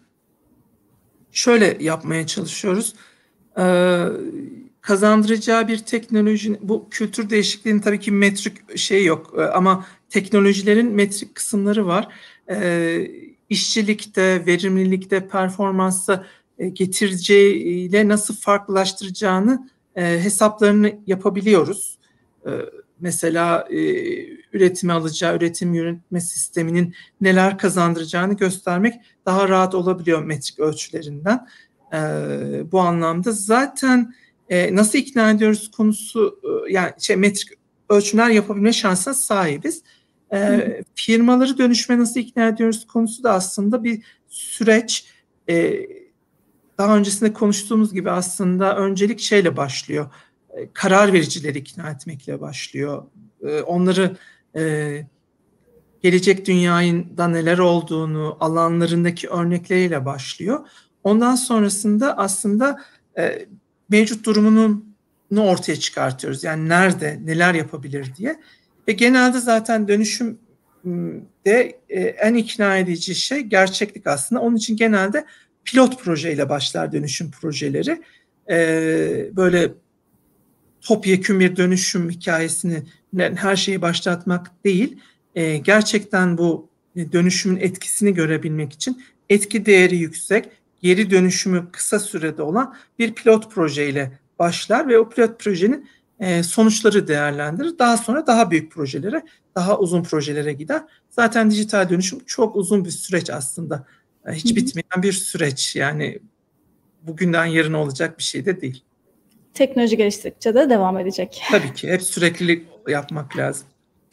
şöyle yapmaya çalışıyoruz. E, kazandıracağı bir teknoloji, bu kültür değişikliğinin tabii ki metrik şey yok e, ama teknolojilerin metrik kısımları var. E, işçilikte, verimlilikte, performansta e, getireceğiyle nasıl farklılaştıracağını e, hesaplarını yapabiliyoruz. E, mesela e, üretimi alacağı üretim yönetme sisteminin neler kazandıracağını göstermek daha rahat olabiliyor metrik ölçülerinden. E, bu anlamda zaten e, nasıl ikna ediyoruz konusu, e, yani şey metrik ölçümler yapabilme şansına sahibiz. E, firmaları dönüşüme nasıl ikna ediyoruz konusu da aslında bir süreç. E, daha öncesinde konuştuğumuz gibi aslında öncelik şeyle başlıyor. E, karar vericileri ikna etmekle başlıyor. E, onları e, gelecek dünyada neler olduğunu, alanlarındaki örnekleriyle başlıyor. Ondan sonrasında aslında e, mevcut durumunu ortaya çıkartıyoruz. Yani nerede, neler yapabilir diye. Ve genelde zaten dönüşümde e, en ikna edici şey gerçeklik aslında. Onun için genelde pilot projeyle başlar dönüşüm projeleri. E, böyle topyekün bir dönüşüm hikayesini, her şeyi başlatmak değil, e, gerçekten bu dönüşümün etkisini görebilmek için etki değeri yüksek, geri dönüşümü kısa sürede olan bir pilot projeyle başlar ve o pilot projenin e, sonuçları değerlendirir. Daha sonra daha büyük projelere, daha uzun projelere gider. Zaten dijital dönüşüm çok uzun bir süreç aslında. Hiç hı hı. bitmeyen bir süreç. Yani bugünden yarına olacak bir şey de değil. Teknoloji geliştikçe de devam edecek. Tabii ki. Hep süreklilik yapmak lazım.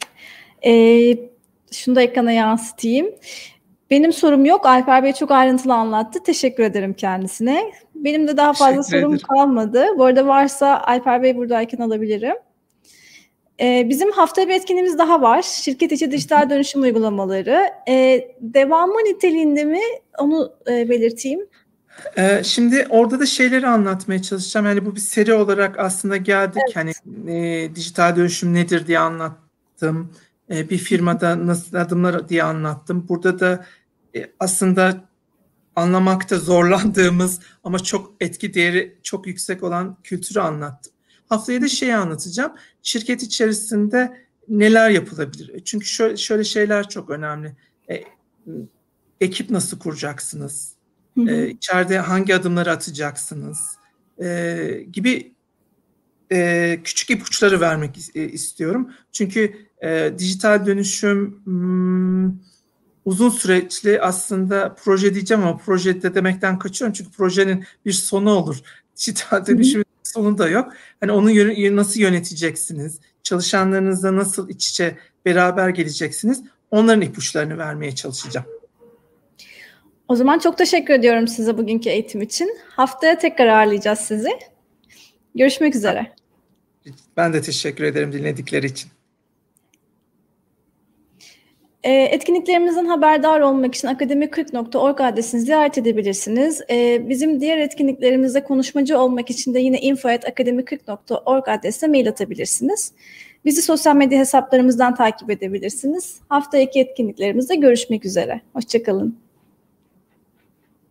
Ee, şunu da ekrana yansıtayım. Benim sorum yok. Alper Bey çok ayrıntılı anlattı. Teşekkür ederim kendisine. Benim de daha fazla Teşekkür sorum ederim. kalmadı. Bu arada varsa Alper Bey buradayken alabilirim. Ee, bizim haftaya bir etkinliğimiz daha var. Şirket içi dijital dönüşüm uygulamaları. Ee, devamı niteliğinde mi? Onu e, belirteyim. Ee, şimdi orada da şeyleri anlatmaya çalışacağım. Yani bu bir seri olarak aslında geldik. Evet. Hani e, dijital dönüşüm nedir diye anlattım. E, bir firmada nasıl adımlar diye anlattım. Burada da e, aslında anlamakta zorlandığımız ama çok etki değeri çok yüksek olan kültürü anlattım. Haftaya da şeyi anlatacağım. Şirket içerisinde neler yapılabilir? Çünkü şöyle, şöyle şeyler çok önemli. E, ekip nasıl kuracaksınız? Hı hı. E, içeride hangi adımları atacaksınız? E, gibi e, küçük ipuçları vermek istiyorum. Çünkü e, dijital dönüşüm hmm, uzun süreçli aslında proje diyeceğim ama proje de demekten kaçıyorum. Çünkü projenin bir sonu olur. Dijital dönüşümün sonu da yok. Hani onu yön- nasıl yöneteceksiniz? Çalışanlarınızla nasıl iç içe beraber geleceksiniz? Onların ipuçlarını vermeye çalışacağım. O zaman çok teşekkür ediyorum size bugünkü eğitim için. Haftaya tekrar ağırlayacağız sizi. Görüşmek üzere. Ben de teşekkür ederim dinledikleri için. E, etkinliklerimizden haberdar olmak için akademi kırk nokta org adresini ziyaret edebilirsiniz. E, bizim diğer etkinliklerimizde konuşmacı olmak için de yine info at akademi kırk nokta org adresine mail atabilirsiniz. Bizi sosyal medya hesaplarımızdan takip edebilirsiniz. Haftaki etkinliklerimizde görüşmek üzere. Hoşça kalın.